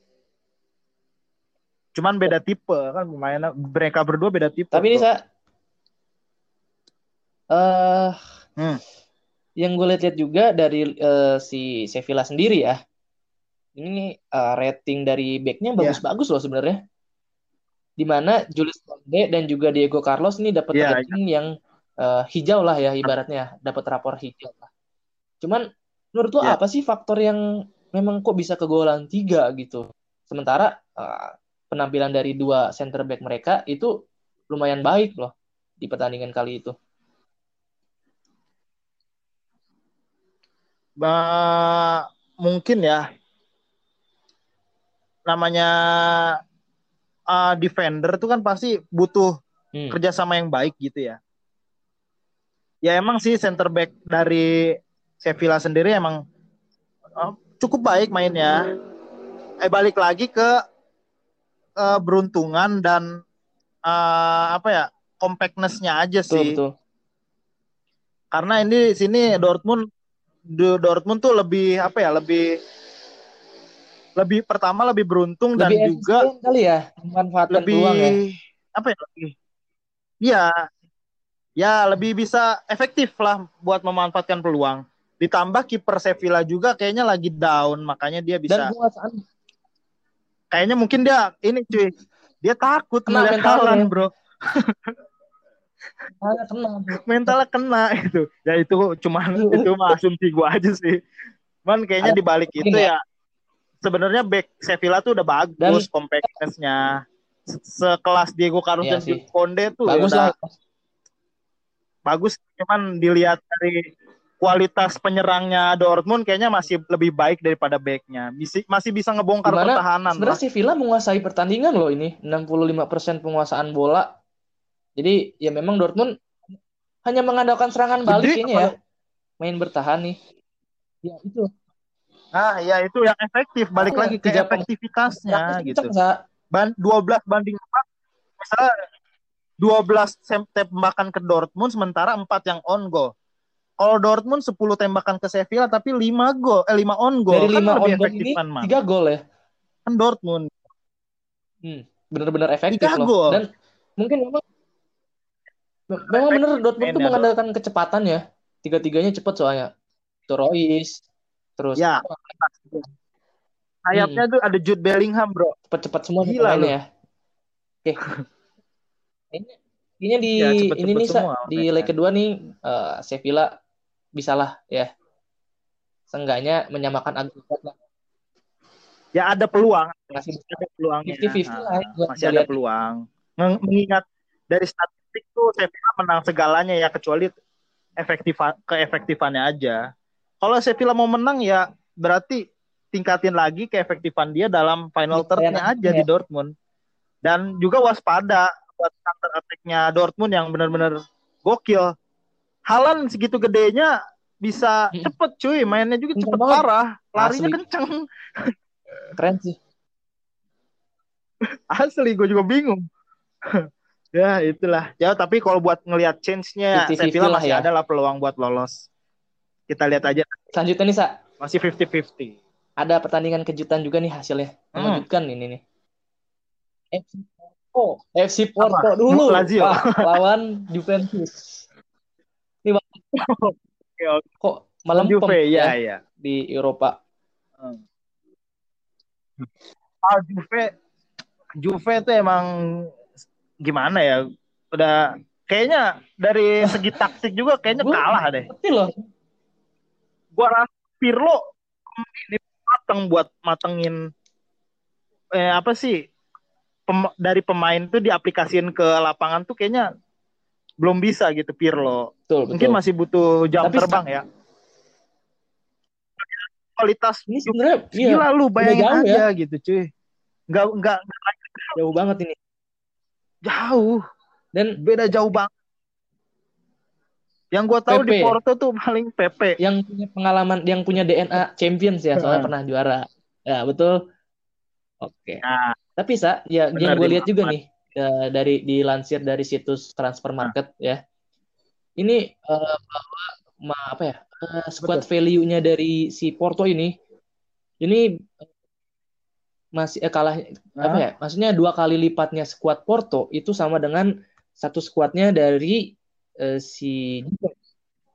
B: cuman beda tipe kan pemainnya mereka berdua beda tipe
A: tapi bro. Ini saya uh, hmm. yang gue lihat-lihat juga dari uh, si Sevilla sendiri ya. Ini uh, rating dari backnya
B: Ya,
A: bagus-bagus loh sebenarnya. Di mana Julius Koundé dan juga Diego Carlos ini dapat
B: ya, ya.
A: rating yang uh, hijau lah ya ibaratnya, dapat rapor hijau lah. Cuman menurut lo
B: Ya.
A: apa sih faktor yang memang kok bisa kegolan tiga gitu? Sementara uh, penampilan dari dua center back mereka itu lumayan baik loh di pertandingan kali itu.
B: Ba- mungkin ya namanya uh, defender tuh kan pasti butuh
A: Hmm.
B: kerjasama yang baik gitu ya. Ya emang sih center back dari Sevilla sendiri emang uh, cukup baik mainnya. Eh balik lagi ke uh, beruntungan dan uh, apa ya compactness-nya aja
A: Betul,
B: sih.
A: betul.
B: Karena ini sini Dortmund Dortmund tuh lebih apa ya lebih lebih pertama lebih beruntung
A: Lebih
B: dan juga
A: efisien kali ya memanfaatkan
B: lebih
A: peluang ya.
B: apa ya lebih ya ya lebih bisa efektif lah buat memanfaatkan peluang. Ditambah kiper Sevilla juga kayaknya lagi down, makanya dia
A: Dan
B: bisa.
A: penguasaan
B: Kayaknya mungkin dia ini cuy, dia takut
A: kena
B: ngelihat
A: mentalnya.
B: Haaland bro,
A: Mentalnya kena.
B: mentalnya kena itu. Ya itu cuman itu mah asumsi gua aja sih. Cuman kayaknya
A: Ada
B: dibalik itu
A: ya.
B: ya sebenarnya back Sevilla tuh udah bagus
A: Dan
B: compactness-nya. Sekelas Diego Carlos
A: ya
B: dan
A: sih.
B: Jude Konde tuh ya
A: Bagus
B: udah
A: lah.
B: bagus, cuman dilihat dari kualitas penyerangnya Dortmund kayaknya masih lebih baik daripada backnya. Masih masih bisa ngebongkar
A: Dimana
B: pertahanan lah.
A: sebenarnya si Villa menguasai pertandingan loh ini. enam puluh lima persen penguasaan bola. Jadi ya memang Dortmund hanya mengandalkan serangan balik
B: Gede
A: kayaknya ya.
B: apalagi.
A: Main bertahan nih. Ya itu.
B: Nah, ya itu yang efektif. Balik
A: Makanya
B: lagi ke
A: tiga
B: efektivitasnya
A: pemain kencang,
B: gitu.
A: Sa.
B: Ban dua belas banding empat, misalnya dua belas tembakan ke Dortmund sementara empat yang on goal. Kalau Dortmund sepuluh tembakan ke Sevilla tapi lima gol, eh lima on goal
A: Dari
B: kan
A: lima on
B: lebih
A: goal
B: efektif
A: ini
B: kan
A: tiga
B: mana?
A: gol ya.
B: Kan Dortmund
A: Hmm, benar-benar efektif
B: tiga
A: loh.
B: gol.
A: Dan mungkin memang memang benar
B: Efektif
A: Dortmund tuh
B: mainnya
A: mengandalkan
B: Dortmund.
A: kecepatan ya. Tiga-tiganya cepat soalnya. Itu terus
B: Ya, sayapnya
A: hmm,
B: tuh ada Jude Bellingham, bro.
A: cepat-cepat semua nih
B: Gila
A: pemainnya
B: loh.
A: ya. Oke, kayaknya kayaknya di
B: Ya,
A: ini
B: cepet-cepet
A: nih Sa,
B: semua
A: di leg
B: mainnya.
A: kedua nih eh, Sevilla bisalah ya. Seenggaknya menyamakan agregat lah.
B: Ya ada peluang,
A: Masih bisa
B: ada peluangnya.
A: lima puluh lima puluh lah
B: Ah,
A: ya, gua,
B: masih
A: gua
B: ada
A: lihat.
B: peluang. Meng- Mengingat dari statistik tuh Sevilla menang segalanya ya kecuali efektif keefektifannya aja. Kalau Sevilla mau menang ya berarti tingkatin lagi keefektifan dia dalam final
A: Penyesuaian
B: third-nya aja
A: aja
B: di
A: ya.
B: Dortmund. Dan juga waspada buat counter attack-nya Dortmund yang benar-benar gokil. Haaland segitu gedenya bisa
A: Hmm,
B: cepet cuy, mainnya juga
A: kencang
B: cepet
A: banget.
B: parah, larinya
A: Asli.
B: kenceng.
A: Keren sih.
B: Asli gue juga bingung. Ya itulah. Ya tapi kalau buat ngelihat change-nya Sevilla
A: lima puluh lima puluh lah
B: masih
A: ya.
B: ada lah peluang buat lolos. Kita lihat aja.
A: Selanjutnya nih Sa,
B: Masih fifty fifty.
A: ada pertandingan kejutan juga nih hasilnya.
B: Hmm,
A: Mengejutkan ini nih. F C Porto, F C
B: apa?
A: Porto dulu,
B: Lazio.
A: Pak, lawan Juventus. Ini
B: Oke, oke.
A: kok
B: Dan
A: melempem
B: Juve,
A: ya
B: ya, ya.
A: di Eropa.
B: Hmm. Ah, Juve, Juve itu emang gimana ya? Udah kayaknya dari segi taktik juga kayaknya
A: Gue
B: kalah deh.
A: ngerti loh.
B: Gua rasa Pirlo ini mateng buat matengin eh, apa sih pem- dari pemain tuh diaplikasiin ke lapangan tuh kayaknya belum bisa gitu Pirlo.
A: Betul,
B: Mungkin
A: betul.
B: masih butuh jam
A: Tapi
B: terbang ya. Kualitas
A: ini
B: Juve
A: sebenarnya iya
B: gila lu
A: udah
B: bayangin
A: jauh ya.
B: aja gitu cuy. Nggak nggak
A: Jauh banget ini.
B: jauh,
A: Dan
B: beda jauh banget. Yang gue tahu di
A: P P
B: Porto tuh paling P P.
A: yang punya pengalaman, yang punya D N A Champions ya, soalnya pernah juara. Ya, betul. Oke.
B: Nah,
A: Tapi Sa, ya yang
B: benar
A: gue
B: di
A: lihat juga
B: Muhammad.
A: nih eh, dari dilansir dari situs transfer
B: Nah,
A: market ya. Ini eh, ma- apa ya? eh, squad
B: betul.
A: value-nya dari si Porto ini ini masih eh, kalah apa
B: Nah,
A: ya? Maksudnya dua kali lipatnya squad Porto itu sama dengan satu squadnya dari eh, si Juve.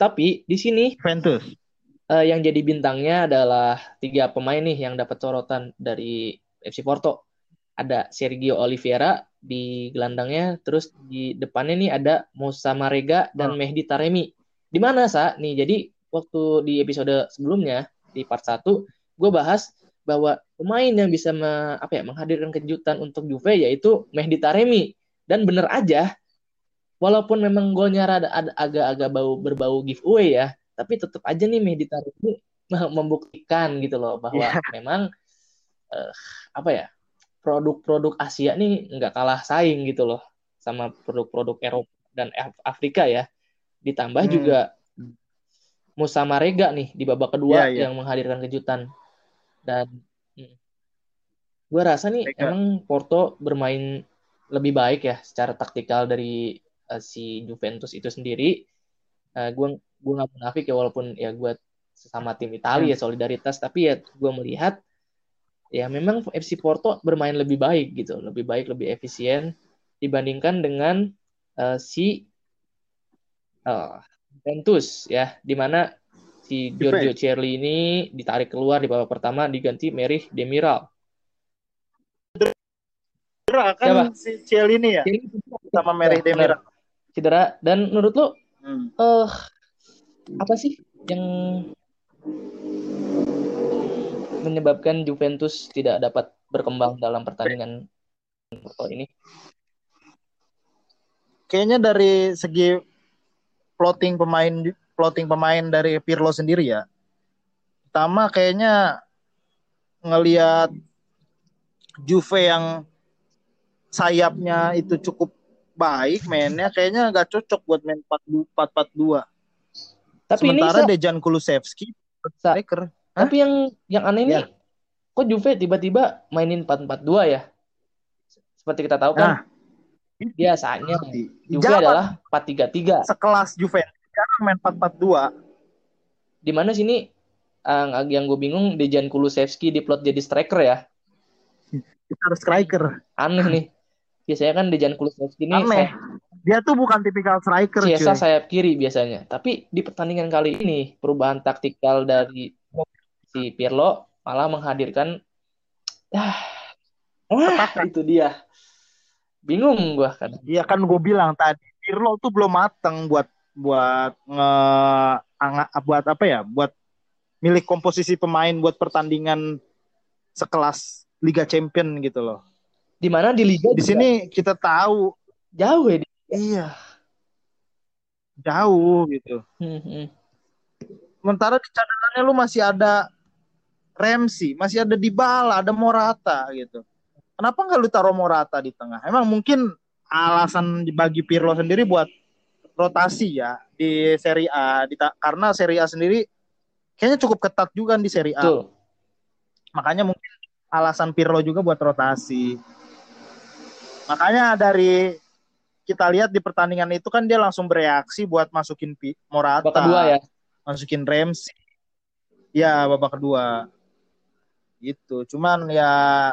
A: Tapi di sini
B: Juventus.
A: uh, yang jadi bintangnya adalah tiga pemain nih yang dapat sorotan dari F C Porto. Ada Sergio Oliveira di gelandangnya, terus di depannya nih ada Moussa Marega dan
B: Oh.
A: Mehdi Taremi. Di mana, Sa? Nih, jadi waktu di episode sebelumnya, di part satu, gue bahas bahwa pemain yang bisa me, apa ya, menghadirkan kejutan untuk Juve yaitu Mehdi Taremi. Dan bener aja, walaupun memang golnya ada, ada agak-agak bau berbau giveaway ya, tapi tetap aja nih Mehdi Taremi membuktikan gitu loh bahwa
B: Iya.
A: memang eh, apa ya, produk-produk Asia nih nggak kalah saing gitu loh sama produk-produk Eropa dan Afrika ya. Ditambah
B: Hmm.
A: juga Moussa Marega nih di babak
B: Iya,
A: kedua
B: iya.
A: yang menghadirkan kejutan. Dan hmm, gue rasa nih
B: Mereka.
A: emang Porto bermain lebih baik ya secara taktikal dari uh, si Juventus itu sendiri. Uh, gue gue nggak munafik ya, walaupun ya gue sesama tim Italia
B: Hmm.
A: ya solidaritas, tapi ya gue melihat ya memang F C Porto bermain lebih baik gitu, lebih baik, lebih efisien dibandingkan dengan uh, si uh, Juventus ya, di mana si Giorgio
B: Juve.
A: Cerli ini ditarik keluar di babak pertama diganti Merih Demiral.
B: Cedera kan
A: Siapa?
B: si Ciel ini ya
A: Cerli
B: sama
A: ya,
B: Merih
A: benar.
B: Demiral.
A: Cedera. Dan menurut lo
B: Hmm.
A: uh, apa sih yang menyebabkan Juventus tidak dapat berkembang dalam pertandingan Porto ini?
B: Kayaknya dari segi plotting pemain plotting pemain dari Pirlo sendiri ya. Pertama kayaknya ngelihat Juve yang sayapnya itu cukup baik mainnya, kayaknya nggak cocok buat main empat empat dua.
A: Tapi
B: Sementara
A: ini
B: Dejan Kulusevski striker.
A: Tapi yang yang aneh nih,
B: Ya.
A: kok Juve tiba-tiba mainin empat empat dua ya? Seperti kita tahu kan,
B: Nah,
A: biasanya Juve
B: Jangan
A: adalah empat tiga tiga.
B: sekelas Juventus sekarang main empat empat dua.
A: Di mana sini uh, yang gue bingung, Dejan Kulusevski diplot jadi striker ya.
B: Kita harus striker.
A: Aneh nih. Biasanya kan Dejan Kulusevski ini
B: Aneh.
A: saya,
B: Dia tuh bukan tipikal striker,
A: Ciesa
B: cuy.
A: sayap kiri biasanya. Tapi di pertandingan kali ini perubahan taktikal dari si Pirlo malah menghadirkan ah, ah itu dia. Bingung gue kan.
B: Iya kan gue bilang tadi Pirlo tuh belum mateng buat buat nge anga, buat apa ya? Buat milik komposisi pemain buat pertandingan sekelas Liga Champion gitu loh.
A: Di mana di Liga
B: di sini kita tahu
A: jauh ya.
B: Iya. Jauh gitu.
A: Hmm.
B: Sementara di cadangannya lu masih ada Ramsey, masih ada Dybala, ada Morata gitu. Kenapa nggak lu taruh Morata di tengah? Emang mungkin alasan bagi Pirlo sendiri buat rotasi ya di Serie A, di, karena Serie A sendiri kayaknya cukup ketat juga di Serie A.
A: Betul.
B: Makanya mungkin alasan Pirlo juga buat rotasi. Makanya dari kita lihat di pertandingan itu kan dia langsung bereaksi buat masukin Morata,
A: babak kedua ya,
B: masukin Ramsey. Ya babak kedua. Gitu. Cuman ya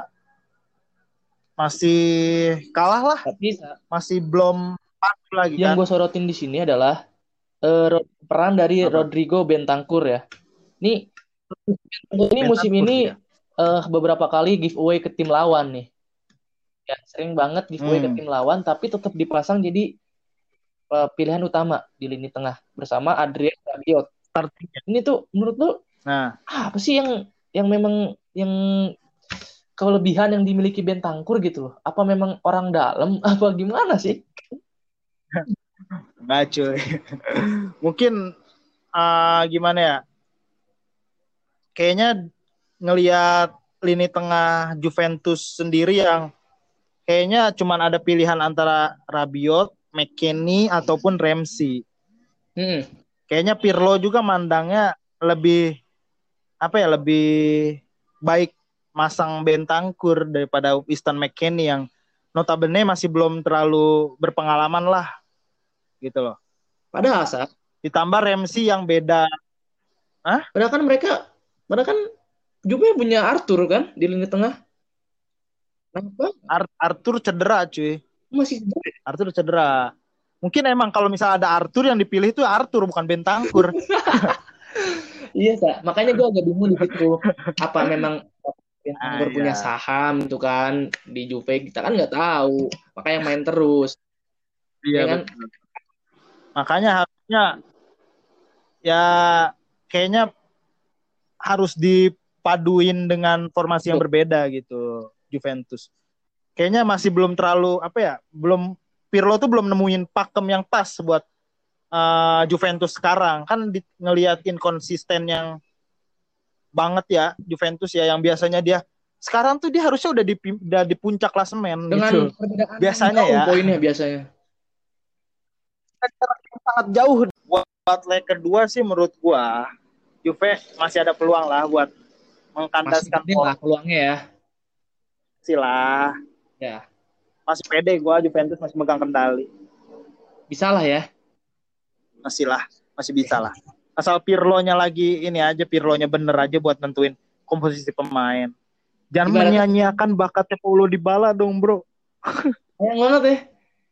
B: masih kalah lah.
A: Tapi
B: masih belum pasti lagi
A: yang
B: kan.
A: gue sorotin di sini adalah uh, peran dari
B: Apa?
A: Rodrigo Bentancur ya. Nih, ini musim ini
B: ya.
A: uh, beberapa kali giveaway ke tim lawan nih. Ya, sering banget giveaway
B: Hmm.
A: ke tim lawan, tapi tetap dipasang jadi uh, pilihan utama di lini tengah bersama Adrien Rabiot. Ini tuh menurut lu
B: nah.
A: apa sih yang yang memang yang kelebihan yang dimiliki Bentancur gitu loh? Apa memang orang dalam apa gimana sih?
B: Nggak cuy. Mungkin uh, gimana ya? Kayaknya ngelihat lini tengah Juventus sendiri yang kayaknya cuma ada pilihan antara Rabiot, McKennie ataupun Ramsey.
A: Hmm.
B: Kayaknya Pirlo juga mandangnya lebih apa ya, lebih baik masang Bentancur daripada Weston McKennie yang notabene masih belum terlalu berpengalaman lah gitu loh.
A: Padahal saat
B: ditambah Ramsey yang beda. Hah?
A: Padahal kan mereka padahal kan Juve punya Arthur kan di lini tengah. Kenapa?
B: Ar- Arthur cedera cuy.
A: Masih cedera.
B: Arthur cedera. Mungkin emang kalau misalnya ada Arthur yang dipilih itu Arthur bukan Bentancur.
A: Iya, Sa. Makanya gue agak bingung di situ. Apa memang
B: Ah,
A: Bentancur punya
B: ya.
A: saham itu kan di Juve, kita kan nggak tahu. Makanya main terus,
B: Iya
A: ya kan?
B: betul. Makanya harusnya ya kayaknya harus dipaduin dengan formasi yang berbeda gitu Juventus. Kayaknya masih belum terlalu apa ya, belum Pirlo tuh belum nemuin pakem yang pas buat uh, Juventus sekarang. Kan di, ngelihat inkonsisten yang banget ya Juventus ya, yang biasanya dia sekarang tuh dia harusnya udah di udah di puncak klasemen
A: Dengan
B: gitu.
A: perbedaan yang
B: Biasanya
A: jauh
B: ya.
A: poinnya biasanya.
B: Sangat jauh buat leg kedua sih menurut gua. Juve masih ada peluang lah buat
A: Masih
B: mengkandaskan
A: gede lah
B: Porto
A: peluangnya ya.
B: lah.
A: Ya,
B: Masih pede gua Juventus masih megang kendali.
A: bisa lah ya.
B: Masih lah, masih bisa lah. Asal Pirlo-nya lagi ini aja, Pirlo-nya bener aja buat nentuin komposisi pemain. Jangan
A: Ibaratnya
B: menyanyiakan bakatnya Paulo Dybala dong, bro.
A: sayang banget ya.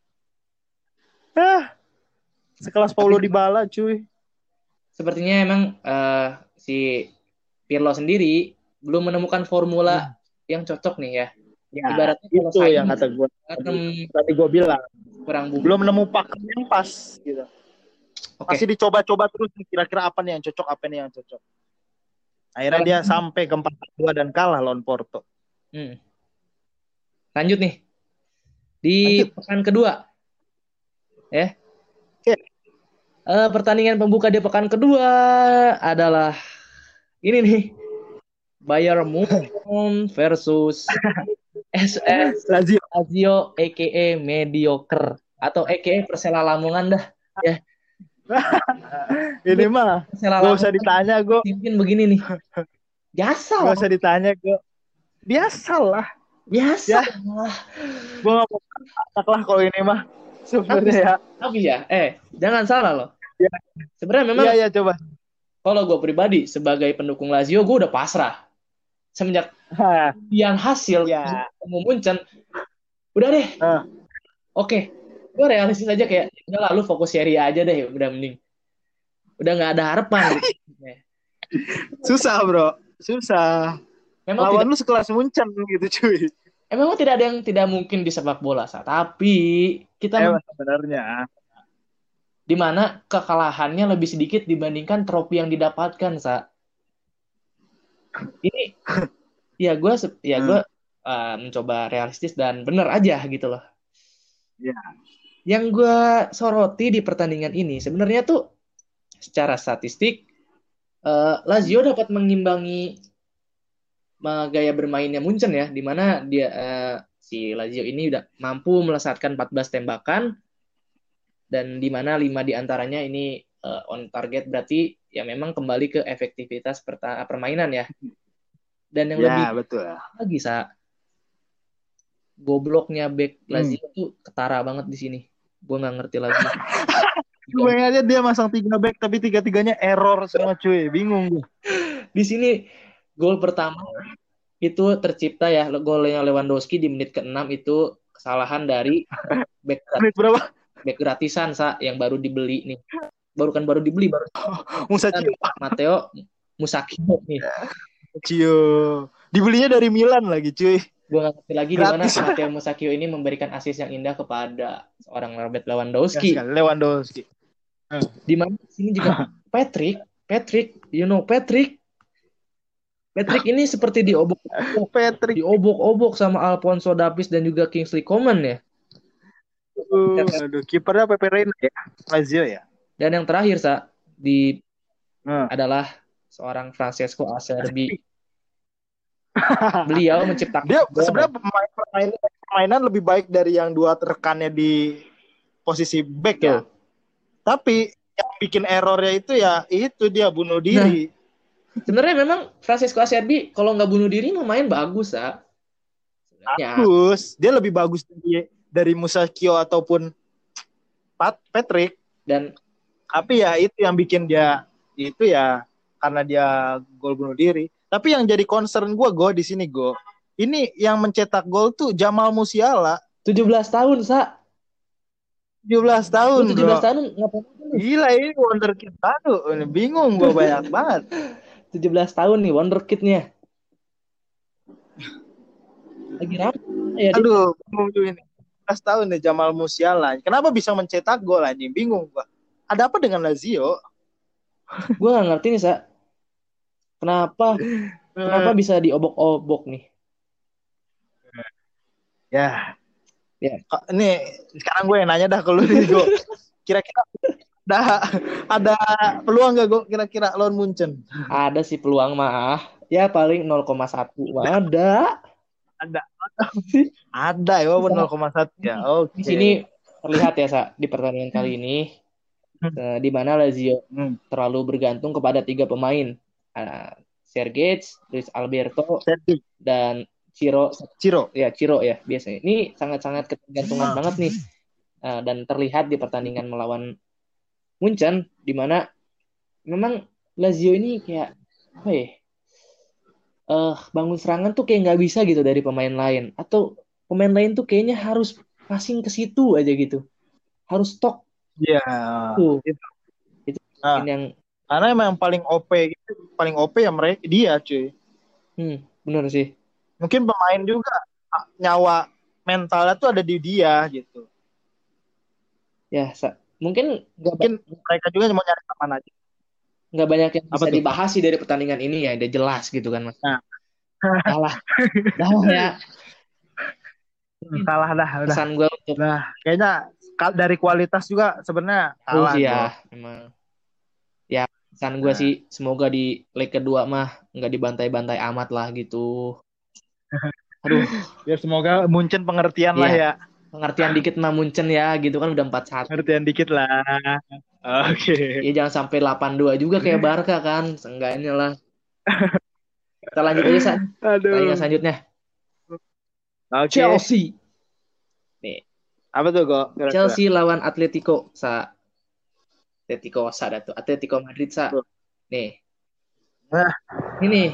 B: Ah, sekelas
A: Tapi
B: Paulo Dybala, cuy.
A: sepertinya emang eh, si Pirlo sendiri belum menemukan formula
B: Hmm.
A: yang cocok nih ya.
B: Ya,
A: Ibaratnya kalau
B: itu
A: saya
B: yang kata gue.
A: tadi,
B: Tadi gue bilang,
A: kurang bumbu.
B: belum nemu pakem yang pas. Gitu.
A: Oke.
B: Masih dicoba-coba terus, kira-kira apa nih yang cocok, apa nih yang cocok. Akhirnya dia sampai ke empat dua dan kalah lawan Porto.
A: Hmm. Lanjut nih. Di
B: Lanjut.
A: pekan kedua. Ya.
B: Oke.
A: Uh, pertandingan pembuka di pekan kedua adalah ini nih. Bayern Munchen versus S S
B: Lazio.
A: Lazio a k a mediocre atau a k a Persela Lamongan dah ya.
B: Ini mah
A: Persela
B: gak usah
A: Lamongan
B: ditanya gue.
A: pimpin begini nih. Biasa
B: Gak
A: lah.
B: usah ditanya gue. Biasa lah.
A: Biasa
B: Ya.
A: lah.
B: Gue gak mau kata lah kalau ini mah. Sebenarnya ya.
A: Tapi ya, eh jangan salah loh.
B: Ya.
A: Sebenarnya memang.
B: Iya, iya coba.
A: Kalau gue pribadi sebagai pendukung Lazio, gue udah pasrah. Semenjak yang hasil
B: ya.
A: Munchen, udah deh.
B: Uh.
A: Oke, gue realistis aja kayak, udah lalu fokus Serie A aja deh, udah mending. Udah nggak ada harapan.
B: Susah bro, susah. Memang lawan tidak, lu sekelas Munchen gitu cuy.
A: Emang tidak ada yang tidak mungkin di sepak bola, Sa. Tapi kita
B: eh, sebenarnya
A: di mana kekalahannya lebih sedikit dibandingkan trofi yang didapatkan, Sa. Ini ya gue ya gue hmm. uh, mencoba realistis dan benar aja gitu loh.
B: Ya.
A: Yang gue soroti di pertandingan ini sebenarnya tuh secara statistik uh, Lazio dapat mengimbangi uh, gaya bermainnya Munchen ya, di mana dia uh, si Lazio ini udah mampu melesatkan empat belas tembakan dan di mana lima diantaranya ini uh, on target, berarti ya memang kembali ke efektivitas perta- permainan ya. Dan yang
B: ya,
A: lebih
B: betul
A: lagi Sa, gobloknya back Lazio hmm. tuh ketara banget di sini. Gue nggak ngerti lagi.
B: Gue aja dia masang tiga back tapi tiga-tiganya error semua cuy, bingung gue.
A: Di sini gol pertama itu tercipta ya, golnya Lewandowski di menit keenam itu kesalahan dari back
B: menit berapa?
A: Back gratisan Sa, yang baru dibeli nih. Baru kan baru dibeli baru.
B: Musakio.
A: Matteo Musakio nih.
B: Cio. Dibelinya dari Milan lagi cuy.
A: Gue gak ngerti lagi di mana Matteo Musakio ini memberikan assist yang indah kepada seorang Robert Lewandowski.
B: Ya, Lewandowski.
A: Di mana sini juga Patrick, Patrick, you know Patrick. Patrick ini seperti diobok-obok,
B: Patrick
A: diobok-obok sama Alphonso Davies dan juga Kingsley Coman ya.
B: Uh, aduh, kipernya Pepe Reina ya, Lazio ya.
A: Dan yang terakhir Sa di
B: hmm.
A: adalah seorang Francesco Acerbi. Beliau menciptakan
B: dia sebenarnya pemain permainan, permainan lebih baik dari yang dua rekannya di posisi back ya. Tapi yang bikin errornya itu ya itu dia bunuh diri.
A: Nah, sebenarnya memang Francesco Acerbi kalau nggak bunuh diri main bagus Sa.
B: Bagus, dia lebih bagus dari dari Musakio ataupun Pat Patrick. Dan tapi ya itu yang bikin dia itu ya karena dia gol bunuh diri. Tapi yang jadi concern gue, gue di sini gue. Ini yang mencetak gol tuh Jamal Musiala.
A: tujuh belas tahun, Sa.
B: tujuh belas
A: Lu
B: tahun,
A: tujuh belas
B: bro.
A: tahun ngapain lu?
B: Gila ini wonderkid baru. Ini bingung gue banyak banget.
A: tujuh belas tahun nih wonderkid-nya. Lagi rame ya dia.
B: Aduh, bingung tuh ini. tujuh belas tahun nih Jamal Musiala. Kenapa bisa mencetak gol anjing? Bingung gua. Ada apa dengan Lazio?
A: Gue gak ngerti nih, Sa. Kenapa kenapa
B: Eh,
A: bisa diobok-obok nih?
B: ya,
A: Ya,
B: Kak, ini sekarang gue yang nanya dah ke lu nih, Go. Kira-kira ada ada peluang gak, Go? Kira-kira lawan Munchen?
A: ada sih peluang mah. Ya paling nol koma satu mah ada.
B: Ada. Ada ya, walaupun
A: Sa,
B: nol koma satu ya.
A: di
B: Oke.
A: sini terlihat ya, Sa, di pertandingan kali ini eh, di mana Lazio
B: Hmm.
A: terlalu bergantung kepada tiga pemain. Uh, Sergej, Luis Alberto,
B: Setting.
A: dan Ciro.
B: Ciro.
A: Ya, Ciro ya biasanya. Ini sangat-sangat ketergantungan
B: Ah.
A: banget nih. Uh, dan terlihat di pertandingan melawan Munchen, di mana memang Lazio ini kayak apa ya? Eh bangun serangan tuh kayak nggak bisa gitu dari pemain lain. Atau pemain lain tuh kayaknya harus passing ke situ aja gitu. Harus stok
B: Iya.
A: tuh.
B: Itu.
A: Itu
B: Nah,
A: yang
B: karena emang yang paling O P gitu, paling O P ya mereka dia, cuy.
A: hmm, bener sih.
B: Mungkin pemain juga ah, nyawa mentalnya tuh ada di dia gitu.
A: Ya, sa- mungkin nggak
B: Mungkin
A: ba-
B: mereka juga mau nyari teman aja.
A: nggak banyak yang
B: Apa
A: bisa
B: tuh?
A: dibahas sih dari pertandingan ini ya. Udah jelas gitu kan, Mas.
B: Nah,
A: Dah lah, dah lah ya.
B: kalah dah, udah.
A: Pesan gue untuk
B: Nah, kayaknya ka- dari kualitas juga sebenarnya
A: tahu
B: kalah,
A: sih ya,
B: Go.
A: emang. Ya, pesan gue sih
B: Nah,
A: semoga di leg kedua mah nggak dibantai-bantai amat lah gitu. Aduh,
B: biar semoga Munchen pengertian lah
A: ya
B: ya.
A: pengertian dikit mah Munchen ya gitu kan udah empat satu.
B: Pengertian dikit lah. Oke.
A: Ya jangan sampai delapan dua juga kayak Barca kan. Seenggaknya lah. Kita lanjut aja saat pertandingan
B: Aduh.
A: selanjutnya.
B: Oke.
A: Chelsea. Nih,
B: Apa tuh, Go? Kira-kira.
A: Chelsea lawan Atletico sa Atletico sa dah tuh. Atletico Madrid sa.
B: Tuh.
A: Nih,
B: Nah,
A: ini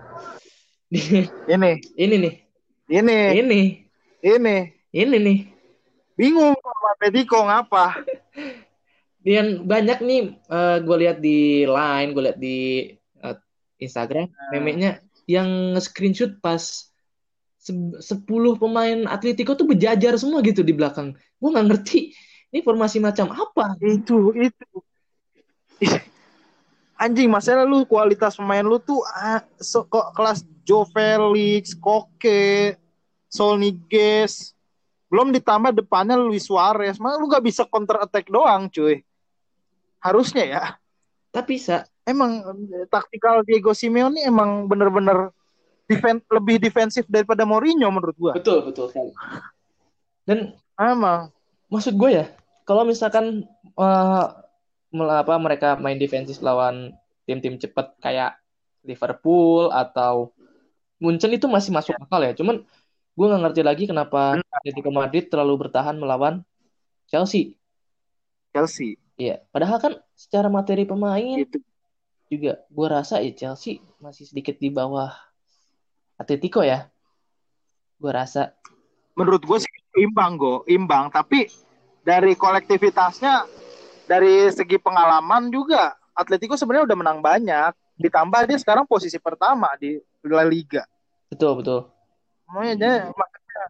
B: ini,
A: ini nih.
B: ini,
A: Ini.
B: ini.
A: Ini nih.
B: Bingung sama Atletico ngapa?
A: Dan banyak nih gue lihat di line, gue lihat di eh, Instagram,
B: Nah,
A: memeknya yang screenshot pas se- sepuluh pemain Atletico tuh berjajar semua gitu di belakang. Gue nggak ngerti ini formasi macam apa.
B: itu, itu. Ih, anjing, masalah lu kualitas pemain lu tuh ah, so, kok kelas Joe Felix, Koke, Sol Niguez, belum ditambah depannya Luis Suarez. Maka lu gak bisa counter attack doang, cuy. Harusnya ya.
A: Tapi sa,
B: Emang eh, taktikal Diego Simeone emang bener-bener defen- lebih defensif daripada Mourinho menurut gua.
A: betul betul sekali. Dan
B: Emang.
A: maksud gue ya, kalau misalkan eh, mel- apa mereka main defensif lawan tim-tim cepat kayak Liverpool atau Munchen itu masih masuk akal ya. Cuman gue nggak ngerti lagi kenapa
B: Benar.
A: Atletico Madrid terlalu bertahan melawan Chelsea.
B: Chelsea
A: Iya, padahal kan secara materi pemain
B: gitu.
A: juga gue rasa ya Chelsea masih sedikit di bawah Atletico ya. Gue rasa.
B: Menurut gue sih imbang, Go. Imbang. Tapi dari kolektivitasnya, dari segi pengalaman juga, Atletico sebenarnya udah menang banyak. Ditambah dia sekarang posisi pertama di La Liga.
A: Betul, betul.
B: Makanya dia, makanya,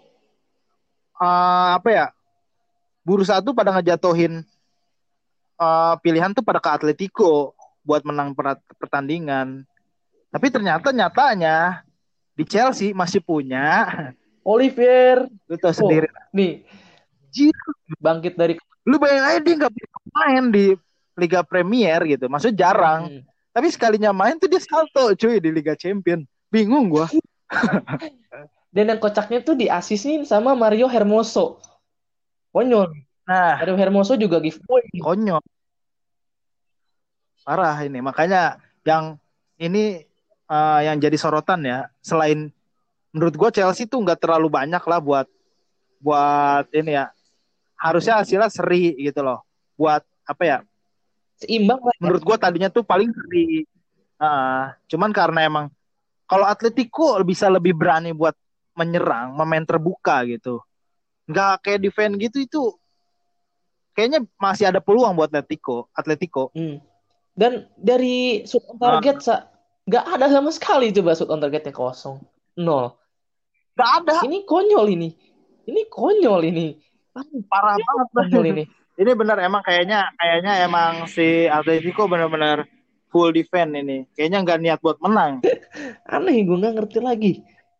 B: uh, apa ya, bursa tuh pada ngejatuhin uh, pilihan tuh pada ke Atletico buat menang per- pertandingan. Tapi ternyata nyatanya di Chelsea masih punya,
A: Olivier.
B: lu tau
A: Oh,
B: sendiri.
A: nih,
B: Jir,
A: bangkit dari...
B: lu bayangin aja dia nggak bisa main di Liga Premier gitu, maksudnya jarang.
A: Hmm.
B: Tapi sekalinya main tuh dia salto cuy di Liga Champion. Bingung gua.
A: Dan yang kocaknya tuh diasisin sama Mario Hermoso. Konyol.
B: Nah,
A: Mario Hermoso juga giveaway.
B: konyol. Parah ini. Makanya yang ini uh, yang jadi sorotan ya, selain menurut gua Chelsea tuh nggak terlalu banyak lah buat buat ini ya. Harusnya hasilnya seri gitu loh. Buat apa ya?
A: Seimbang lah ya.
B: Menurut gua tadinya tuh paling seri. Uh, cuman karena emang kalau Atletico bisa lebih berani buat menyerang, memain terbuka gitu. Nggak kayak defense gitu itu kayaknya masih ada peluang buat Atletico. Atletico.
A: Hmm. Dan dari shoot on target, sa, nggak ada sama sekali coba shoot on targetnya kosong. Nol.
B: Gak ada.
A: Ini konyol ini. Ini konyol ini.
B: Parah banget.
A: Konyol ini.
B: Ini benar emang kayaknya kayaknya emang si Atletico benar-benar full defense ini. Kayaknya nggak niat buat menang.
A: Aneh, gue nggak ngerti lagi.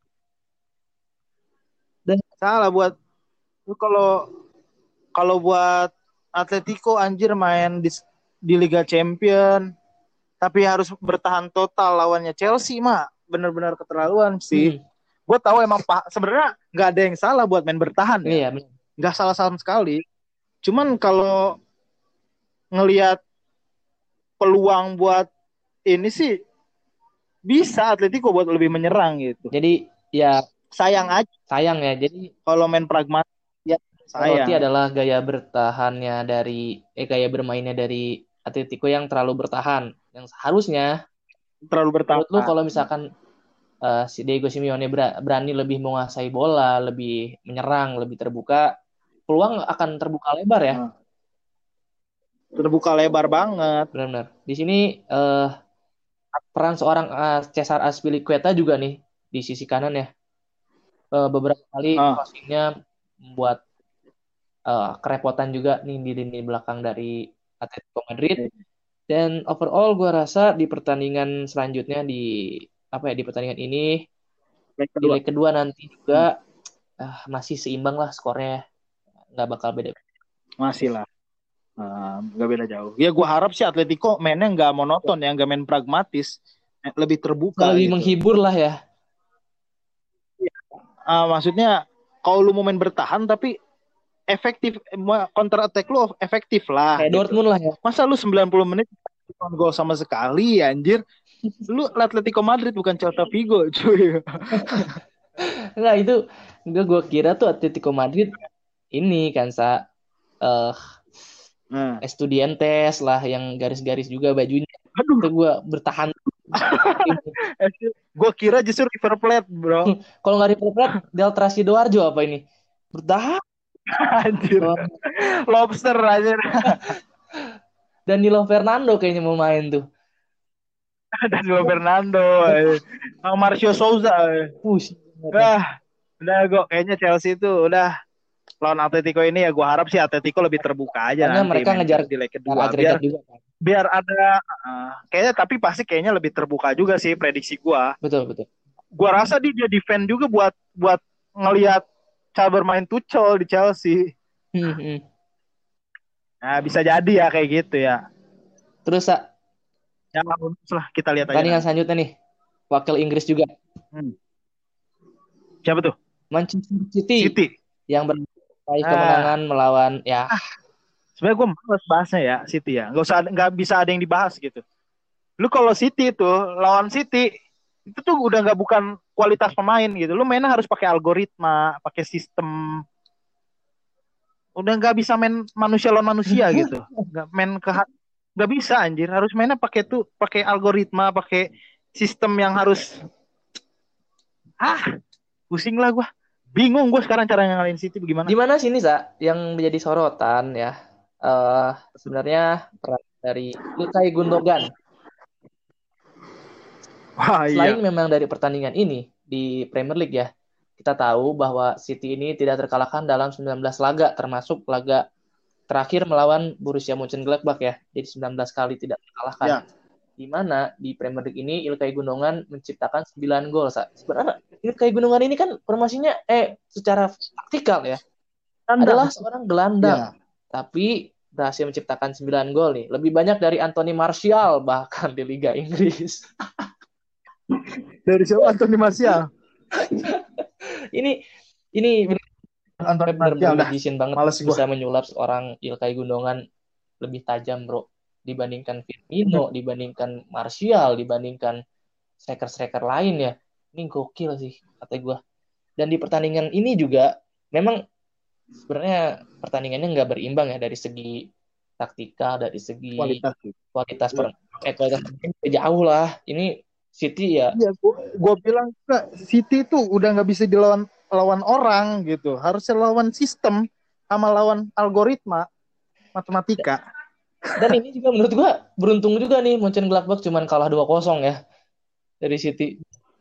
A: Dan
B: Salah buat lu kalau kalau buat Atletico anjir main di, di Liga Champion tapi harus bertahan total lawannya Chelsea mah benar-benar keterlaluan sih.
A: hmm,
B: Gue tahu emang pak sebenarnya nggak ada yang salah buat main bertahan ya.
A: iya, bener.
B: Nggak salah sama sekali. Cuman kalau ngelihat peluang buat ini sih bisa Atletico buat lebih menyerang gitu.
A: Jadi ya
B: Sayang aja
A: sayang ya. Jadi
B: kalau main pragmatis ya
A: Soroti
B: sayang.
A: adalah gaya bertahannya dari eh gaya bermainnya dari Atletico yang terlalu bertahan. Yang seharusnya
B: Terlalu bertahan.
A: menurut lu kalau misalkan uh, si Diego Simeone ber- berani lebih menguasai bola, lebih menyerang, lebih terbuka, peluang akan terbuka lebar ya.
B: Nah, terbuka lebar banget.
A: Benar-benar. Di sini uh, peran seorang uh, Cesar Azpilicueta juga nih di sisi kanan ya. Uh, beberapa kali
B: Ah.
A: crossingnya membuat uh, kerepotan juga nih di lini belakang dari Atletico Madrid. Dan overall gue rasa di pertandingan selanjutnya di apa ya di pertandingan ini
B: Leg
A: di
B: kedua.
A: leg kedua nanti juga uh, masih seimbang lah skornya, nggak bakal beda.
B: Masih lah. Uh, gak beda jauh. Ya gue harap sih Atletico mainnya nggak monoton ya, nggak main pragmatis, lebih terbuka
A: Lebih
B: gitu.
A: menghibur lah ya.
B: Uh, maksudnya kalau lu mau main bertahan tapi efektif, counter attack lu efektif lah.
A: Kayak
B: gitu.
A: Dortmund lah ya.
B: Masa lu sembilan puluh menit gol sama sekali anjir. Lu Atletico Madrid bukan Celta Vigo cuy.
A: Enggak itu enggak gue kira tuh Atletico Madrid ini kan sa uh,
B: Nah.
A: Estudiantes lah yang garis-garis juga bajunya.
B: Aduh.
A: Itu gue bertahan.
B: Gue kira justru River Plate bro.
A: Kalau nggak River Plate, Delta Sidoarjo apa ini? Bertahan.
B: Anjir. Lobster aja.
A: Danilo Fernando kayaknya mau main tuh.
B: Danilo Fernando. Sama Marcio Souza.
A: Push.
B: Ah, udah gue kayaknya Chelsea itu udah lawan Atletico ini ya gue harap sih Atletico lebih terbuka aja.
A: Karena
B: nanti
A: mereka ngejar
B: di leg kedua
A: biar
B: juga, kan? biar ada uh, kayaknya tapi pasti kayaknya lebih terbuka juga sih prediksi gue.
A: Betul betul.
B: Gue rasa dia, dia defend juga buat buat ngelihat cara bermain Tuchel di Chelsea.
A: Hmm, hmm.
B: Nah bisa jadi ya kayak gitu ya.
A: Terus sa,
B: ya lah kita lihat aja.
A: Pertandingan selanjutnya nih wakil Inggris juga.
B: Hmm. Siapa tuh?
A: Manchester City.
B: City.
A: Yang meraih kemenangan ah. melawan ya.
B: Ah. Sebenarnya gue males bahasnya ya City ya. Gak usah nggak bisa ada yang dibahas gitu. Lu kalau City itu lawan City itu tuh udah nggak bukan kualitas pemain gitu. Lu mainnya harus pakai algoritma, pakai sistem. Udah nggak bisa main manusia lawan manusia gitu. Nggak main ke nggak bisa anjir. Harus mainnya pakai tuh pakai algoritma, pakai sistem yang harus. Ah, pusing lah gue. Bingung gue sekarang cara ngalahin City bagaimana.
A: Gimana sih ini Sa yang menjadi sorotan ya? Uh, sebenarnya peran dari Ilkay Gundogan.
B: Wah,
A: Selain
B: iya.
A: memang dari pertandingan ini di Premier League ya, kita tahu bahwa City ini tidak terkalahkan dalam sembilan belas laga, termasuk laga terakhir melawan Borussia Mönchengladbach ya. Jadi sembilan belas kali tidak terkalahkan. Ya. Di mana di Premier League ini Ilkay Gundogan menciptakan sembilan gol. Sebenarnya Ilkay Gundogan ini kan formasinya eh secara taktikal ya. Gelandang. Adalah seorang gelandang. Ya. Tapi berhasil menciptakan sembilan gol nih. Lebih banyak dari Anthony Martial bahkan di Liga Inggris.
B: Dari siapa Anthony Martial?
A: ini ini
B: Anthony Martial
A: magician banget bisa menyulap seorang Ilkay Gundogan lebih tajam, bro, dibandingkan Firmino, hmm. dibandingkan Martial, dibandingkan striker-striker lain ya. Ini gokil sih kata gue. Dan di pertandingan ini juga memang sebenarnya pertandingannya nggak berimbang ya dari segi taktika, dari segi kualitas kualitas per, eh, kualitas jauh lah. Ini City ya.
B: Iya, gue bilang City tuh udah nggak bisa dilawan lawan orang gitu. Harusnya lawan sistem sama lawan algoritma. matematika.
A: Dan ini juga menurut gua beruntung juga nih Mönchengladbach cuman kalah dua kosong ya dari City.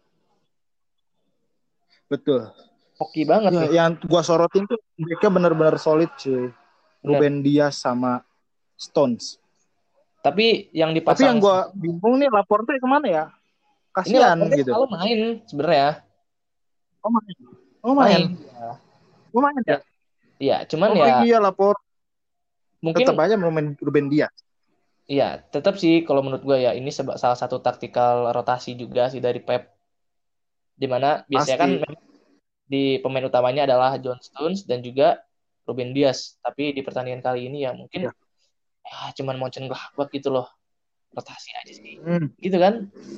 B: Betul.
A: Hoki banget
B: Ya,
A: nih.
B: yang gua sorotin tuh mereka benar-benar solid cuy.
A: Bener.
B: Ruben Dias sama Stones.
A: Tapi yang
B: Tapi
A: dipasang
B: yang gua bingung nih Laporte kemana ya?
A: ini
B: Kasihan
A: Laporte
B: gitu.
A: selalu main sebenarnya.
B: Oh main. Oh main.
A: Main. Ya.
B: Oh main
A: Ya,
B: ya?
A: ya, cuman
B: Oh
A: ya
B: iya Laporte. Tetap
A: mungkin
B: aja main Ruben Dias.
A: iya, tetap sih kalau menurut gue ya ini seba- salah satu taktikal rotasi juga sih dari Pep. Di mana biasanya kan
B: Pasti.
A: memang di pemain utamanya adalah John Stones dan juga Ruben Dias. Tapi di pertandingan kali ini ya mungkin
B: Ya.
A: ya cuman Mönchengladbach gitu loh. Rotasi aja sih.
B: Hmm.
A: Gitu kan?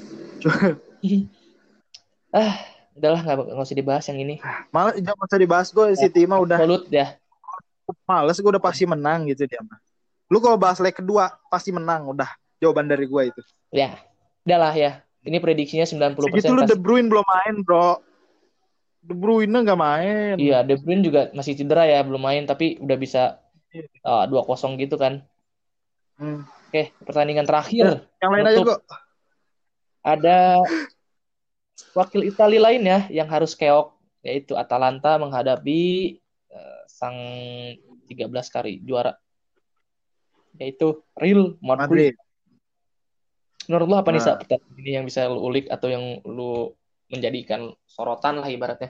A: ah, udahlah nggak nggak usah dibahas yang ini.
B: Malah jangan usah dibahas gue
A: Ya,
B: City mah udah
A: absolut ya.
B: males gue udah pasti menang gitu dia mah. Lu kalau bahas leg kedua pasti menang udah jawaban dari gue itu.
A: Ya, udahlah ya. Ini prediksinya sembilan puluh
B: Segitu
A: persen
B: lu De
A: kasih.
B: Bruyne belum main bro. De Bruyne nggak main.
A: Iya, De Bruyne juga masih cedera ya, belum main tapi udah bisa uh, dua kosong gitu kan.
B: Hmm.
A: Oke, pertandingan terakhir.
B: Ya, yang lain aja
A: Nutup.
B: kok.
A: Ada wakil Italia lain ya yang harus keok, yaitu Atalanta menghadapi uh, sang tiga belas kali juara, yaitu Real Madrid.
B: Madrid.
A: Menurut lo apa nih, Sa,
B: Nah,
A: pertandingan ini yang bisa lu ulik atau yang lu menjadikan sorotan lah ibaratnya?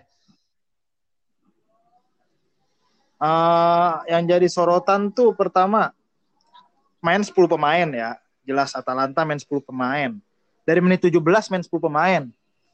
B: uh, yang jadi sorotan tuh pertama main sepuluh pemain ya. Jelas Atalanta main sepuluh pemain. Dari menit tujuh belas main sepuluh pemain.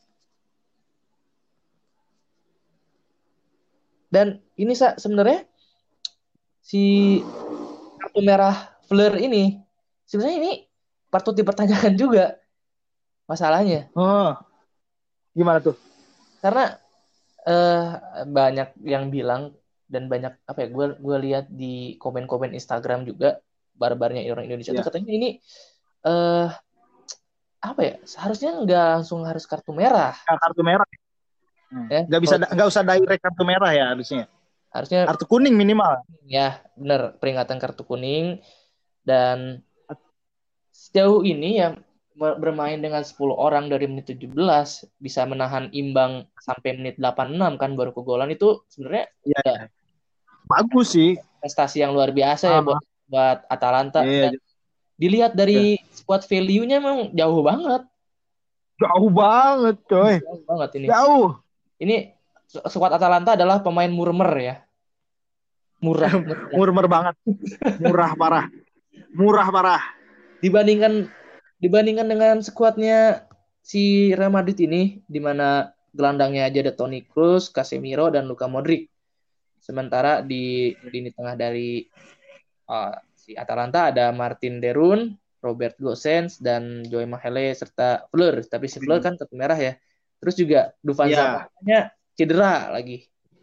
A: Dan ini Sa, sebenarnya si kartu merah Fleur ini sebenarnya ini patut dipertanyakan juga masalahnya.
B: Oh, gimana tuh?
A: Karena eh, banyak yang bilang dan banyak apa ya gue gue lihat di komen-komen Instagram juga barbarnya orang Indonesia tuh
B: Ya.
A: katanya ini eh apa ya seharusnya nggak langsung harus kartu merah
B: Kartu merah.
A: ya
B: Nggak bisa,
A: kalau
B: nggak usah direct kartu merah ya harusnya.
A: harusnya
B: Kartu kuning minimal.
A: ya benar peringatan kartu kuning. Dan sejauh ini ya bermain dengan sepuluh orang dari menit tujuh belas bisa menahan imbang sampai menit delapan puluh enam kan baru kegolan itu sebenarnya
B: Iya,
A: ya
B: ya. Bagus sih.
A: prestasi yang luar biasa ya
B: Ah,
A: buat buat Atalanta.
B: iya,
A: Dan dilihat
B: iya.
A: dari squad value-nya memang jauh banget.
B: Jauh banget, coy.
A: Jauh banget ini.
B: Jauh.
A: Ini squad Atalanta adalah pemain murmer ya. Murah. Murah.
B: Murmer banget. Murah parah. Murah parah.
A: Dibandingkan dibandingkan dengan squadnya si Real Madrid ini, di mana gelandangnya aja ada Toni Kroos, Casemiro, dan Luka Modric. Sementara di lini tengah dari uh, si Atalanta ada Martin Derun, Robert Gosens, dan Joey Mahele serta Fleur. Tapi si Fleur kan kartu merah ya. Terus juga Dufan
B: Iya.
A: Zapata-nya cedera lagi.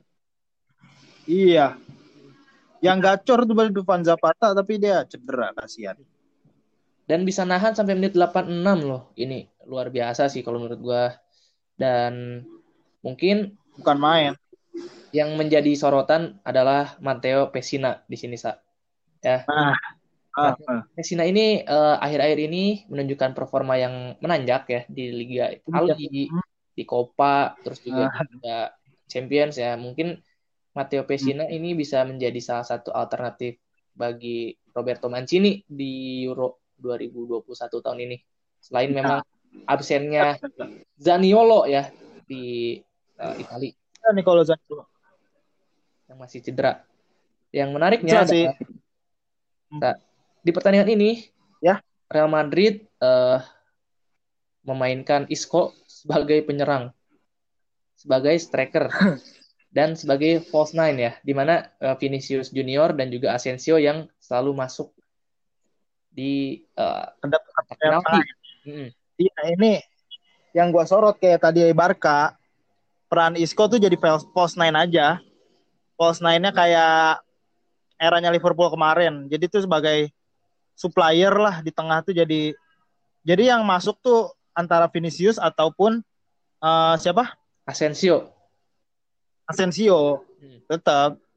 B: Iya. Yang gacor tuh balik Dufan Zapata tapi dia cedera, kasihan.
A: Dan bisa nahan sampai menit delapan puluh enam loh. Ini luar biasa sih kalau menurut gua. Dan mungkin
B: bukan main.
A: Yang menjadi sorotan adalah Matteo Pessina di sini, Sa. Ya.
B: Nah, ah, ah.
A: Pessina ini uh, akhir-akhir ini menunjukkan performa yang menanjak ya di Liga Italia, di Coppa, terus juga
B: ah.
A: di Liga Champions ya. Mungkin Matteo Pessina hmm. ini bisa menjadi salah satu alternatif bagi Roberto Mancini di Euro dua ribu dua puluh satu tahun ini. Selain ya. Memang absennya Zaniolo ya di uh, Italia.
B: Ya, Nicolo Zaniolo
A: yang masih cedera. Yang menariknya adalah nah, di pertandingan ini
B: ya
A: Real Madrid uh, memainkan Isco sebagai penyerang, sebagai striker dan sebagai false nine ya, di mana uh, Vinicius Junior dan juga Asensio yang selalu masuk di uh, penalti.
B: Hmm. Iya, ini yang gua sorot kayak tadi Barca, peran Isco tuh jadi false nine aja. False nine-nya kayak eranya Liverpool kemarin. Jadi tuh sebagai supplier lah di tengah tuh jadi jadi yang masuk tuh antara Vinicius ataupun uh, siapa?
A: Asensio.
B: Asensio. Hmm. Tetap.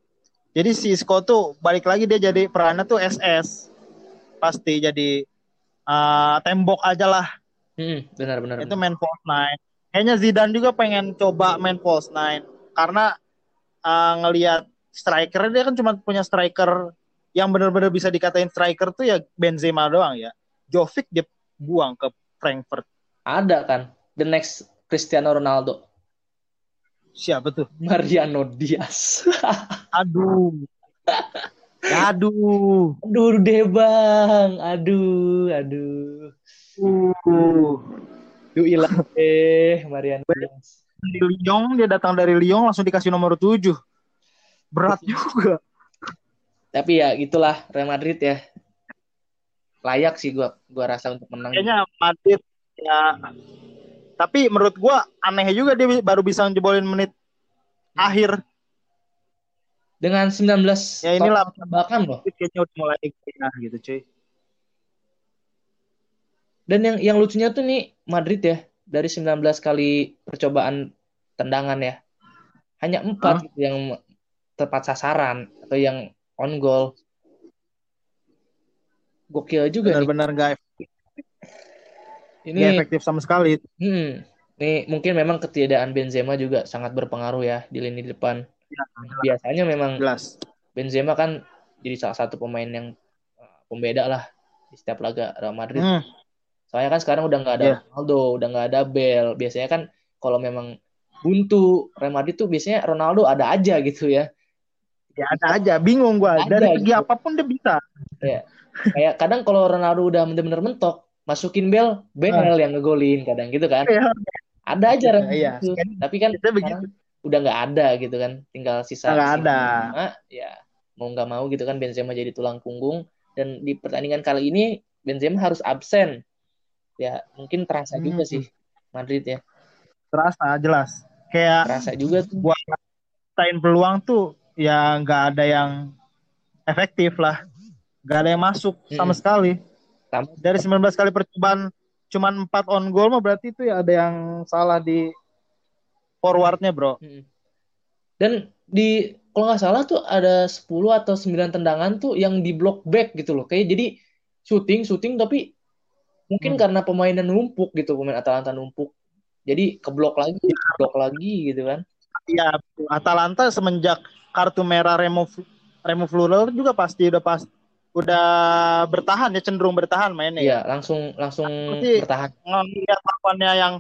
B: Jadi si Isco tuh balik lagi dia jadi perannya tuh S S. Pasti jadi uh, tembok aja lah.
A: Hmm, benar benar
B: Itu
A: benar.
B: main false nine. Kayaknya Zidane juga pengen coba main false nine. Karena uh, ngelihat striker dia kan cuma punya striker yang benar-benar bisa dikatain striker tuh ya Benzema doang ya. Jovic dia buang ke Frankfurt.
A: Ada kan the next Cristiano Ronaldo.
B: Siapa tuh?
A: Mariano Diaz.
B: Aduh. Aduh.
A: Aduh deh bang. Aduh, aduh.
B: Uh.
A: Duh hilang deh Mariano Diaz.
B: Di Lyon, dia datang dari Lyon langsung dikasih nomor tujuh. Berat juga.
A: Tapi ya gitulah Real Madrid ya. Layak sih gua gua rasa untuk menang.
B: Kayaknya Madrid ya. Tapi menurut gua aneh juga dia baru bisa ngejebolin menit akhir.
A: Dengan sembilan belas
B: Ya inilah
A: bahkan loh.
B: kayaknya udah mulai nah gitu cuy.
A: Dan yang yang lucunya tuh nih Madrid ya, dari sembilan belas kali percobaan tendangan ya, hanya empat
B: Huh?
A: gitu yang tepat sasaran atau yang on goal. Gokil juga nih.
B: Benar-benar gak efektif.
A: Ini
B: Gak efektif sama sekali.
A: hmm, nih mungkin memang ketiadaan Benzema juga sangat berpengaruh ya di lini depan.
B: Ya,
A: Biasanya memang
B: jelas.
A: Benzema kan jadi salah satu pemain yang uh, pembeda lah di setiap laga Real Madrid.
B: Hmm.
A: Soalnya kan sekarang udah nggak ada
B: Yeah.
A: Ronaldo, udah nggak ada Bale. Biasanya kan kalau memang buntu Real Madrid tuh biasanya Ronaldo ada aja gitu ya.
B: Ya ada aja, bingung gua.
A: Ada
B: Dari segi
A: gitu.
B: apapun dia bisa.
A: Ya. Kayak kadang kalau Ronaldo udah bener-bener mentok, masukin Bale, Bale yang ngegolin kadang gitu kan.
B: Iya.
A: Ada aja Real Madrid
B: Iya.
A: gitu. Tapi kan
B: Kita
A: sekarang
B: begitu.
A: udah nggak ada gitu kan. Tinggal sisa
B: Nggak
A: si
B: ada.
A: Benzema, ya mau nggak mau gitu kan Benzema jadi tulang punggung. Dan di pertandingan kali ini Benzema harus absen. Ya mungkin terasa
B: Hmm.
A: juga sih Madrid ya.
B: Terasa jelas. Kayak
A: Terasa juga tuh.
B: buat tain peluang tuh ya nggak ada yang efektif lah. Nggak ada yang masuk sama
A: Mm-mm.
B: sekali.
A: Sama.
B: Dari sembilan belas kali percobaan cuman empat on goal mah berarti itu ya ada yang salah di forwardnya bro.
A: Mm-mm. Dan di kalau nggak salah tuh ada sepuluh atau sembilan tendangan tuh yang di block back gitu loh. Kayak jadi shooting shooting tapi mungkin
B: Hmm.
A: karena pemainnya numpuk gitu, pemain Atalanta numpuk. Jadi keblok lagi, blok lagi gitu kan.
B: Ya Atalanta semenjak kartu merah Remo Remo Floral juga pasti udah pas udah bertahan ya, cenderung bertahan mainnya
A: Iya,
B: ya.
A: langsung langsung
B: Pasti
A: bertahan.
B: ngelihat lawannya yang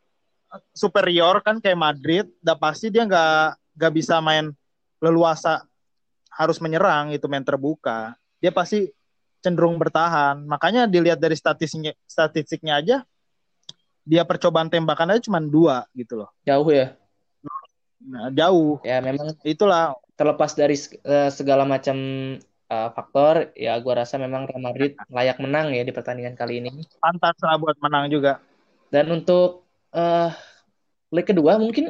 B: superior kan kayak Madrid, udah pasti dia nggak nggak bisa main leluasa harus menyerang itu main terbuka. Dia pasti cenderung bertahan. Makanya dilihat dari statistiknya statistiknya aja dia percobaan tembakan aja cuma dua gitu loh.
A: Jauh ya.
B: Nah, jauh.
A: Ya memang
B: Itulah
A: terlepas dari uh, segala macam uh, faktor, ya gua rasa memang Real Madrid layak menang ya di pertandingan kali ini.
B: pantas lah buat menang juga.
A: Dan untuk uh, leg kedua mungkin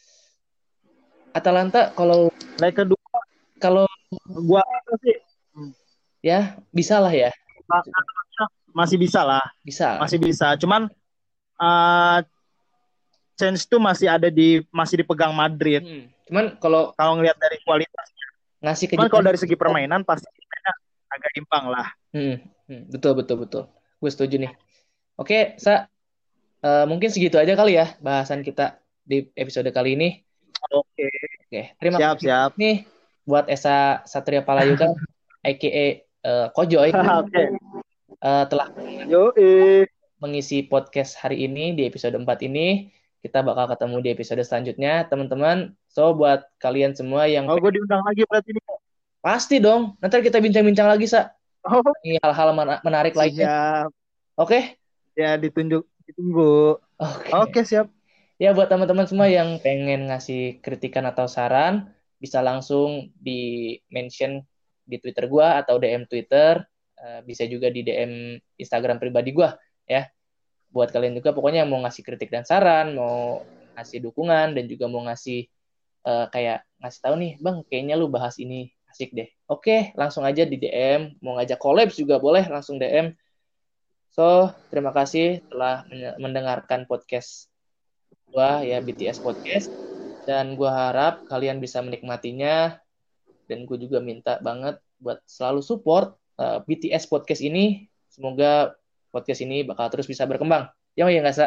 A: Atalanta kalau
B: leg kedua
A: kalau
B: gua sih
A: ya bisa lah ya.
B: Masih bisa lah.
A: Bisa.
B: Masih bisa. Cuman uh, chance tuh masih ada di masih dipegang Madrid.
A: Hmm. Cuman kalau
B: kalau ngelihat dari kualitasnya.
A: Ngasih
B: Cuman kalau dari segi permainan pasti agak imbang lah.
A: Hmm. Hmm. Betul betul betul. Gue setuju nih. Oke, Sa. Uh, mungkin segitu aja kali ya bahasan kita di episode kali ini.
B: Oke.
A: Oke, terima
B: siap,
A: kasih
B: siap.
A: nih buat Esa Satria Palayuka, aka uh, Kojoy,
B: okay.
A: uh, telah
B: Yoi.
A: mengisi podcast hari ini di episode empat ini. Kita bakal ketemu di episode selanjutnya, teman-teman. So, buat kalian semua yang...
B: Oh, gue diundang lagi berarti ini.
A: Pasti dong. Nanti kita bincang-bincang lagi, Sa.
B: Oh.
A: Ini hal-hal menarik lainnya. Oke? Okay?
B: Ya, ditunjuk. Ditunggu.
A: Oke. Okay.
B: Oke, okay, siap.
A: Ya, buat teman-teman semua yang pengen ngasih kritikan atau saran, bisa langsung di mention di Twitter gue atau D M Twitter. Uh, bisa juga di D M Instagram pribadi gue, ya. Buat kalian juga pokoknya mau ngasih kritik dan saran, mau ngasih dukungan, dan juga mau ngasih uh, kayak ngasih tahu nih, Bang, kayaknya lu bahas ini asik deh. Oke, langsung aja di D M. Mau ngajak collab juga boleh, langsung D M. So, terima kasih telah mendengarkan podcast gua ya, B T S Podcast. Dan gua harap kalian bisa menikmatinya. dan gue juga minta banget buat selalu support uh, B T S Podcast ini. Semoga podcast ini bakal terus bisa berkembang. Ya ya nggak, Sa?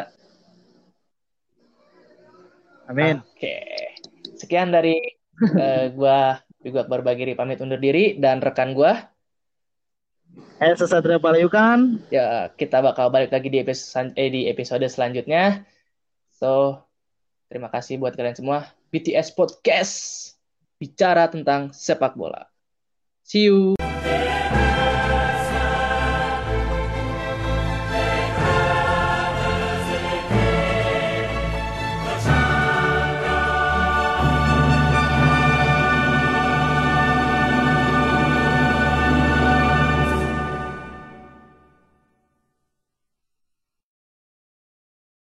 B: Amin.
A: Oke. Sekian dari uh, gue juga berbagi pamit undur diri dan rekan gue.
B: Eh, Satria Palayukan.
A: Ya, kita bakal balik lagi di episode, eh, di episode selanjutnya. So, terima kasih buat kalian semua. B T S Podcast, bicara tentang sepak bola. See you.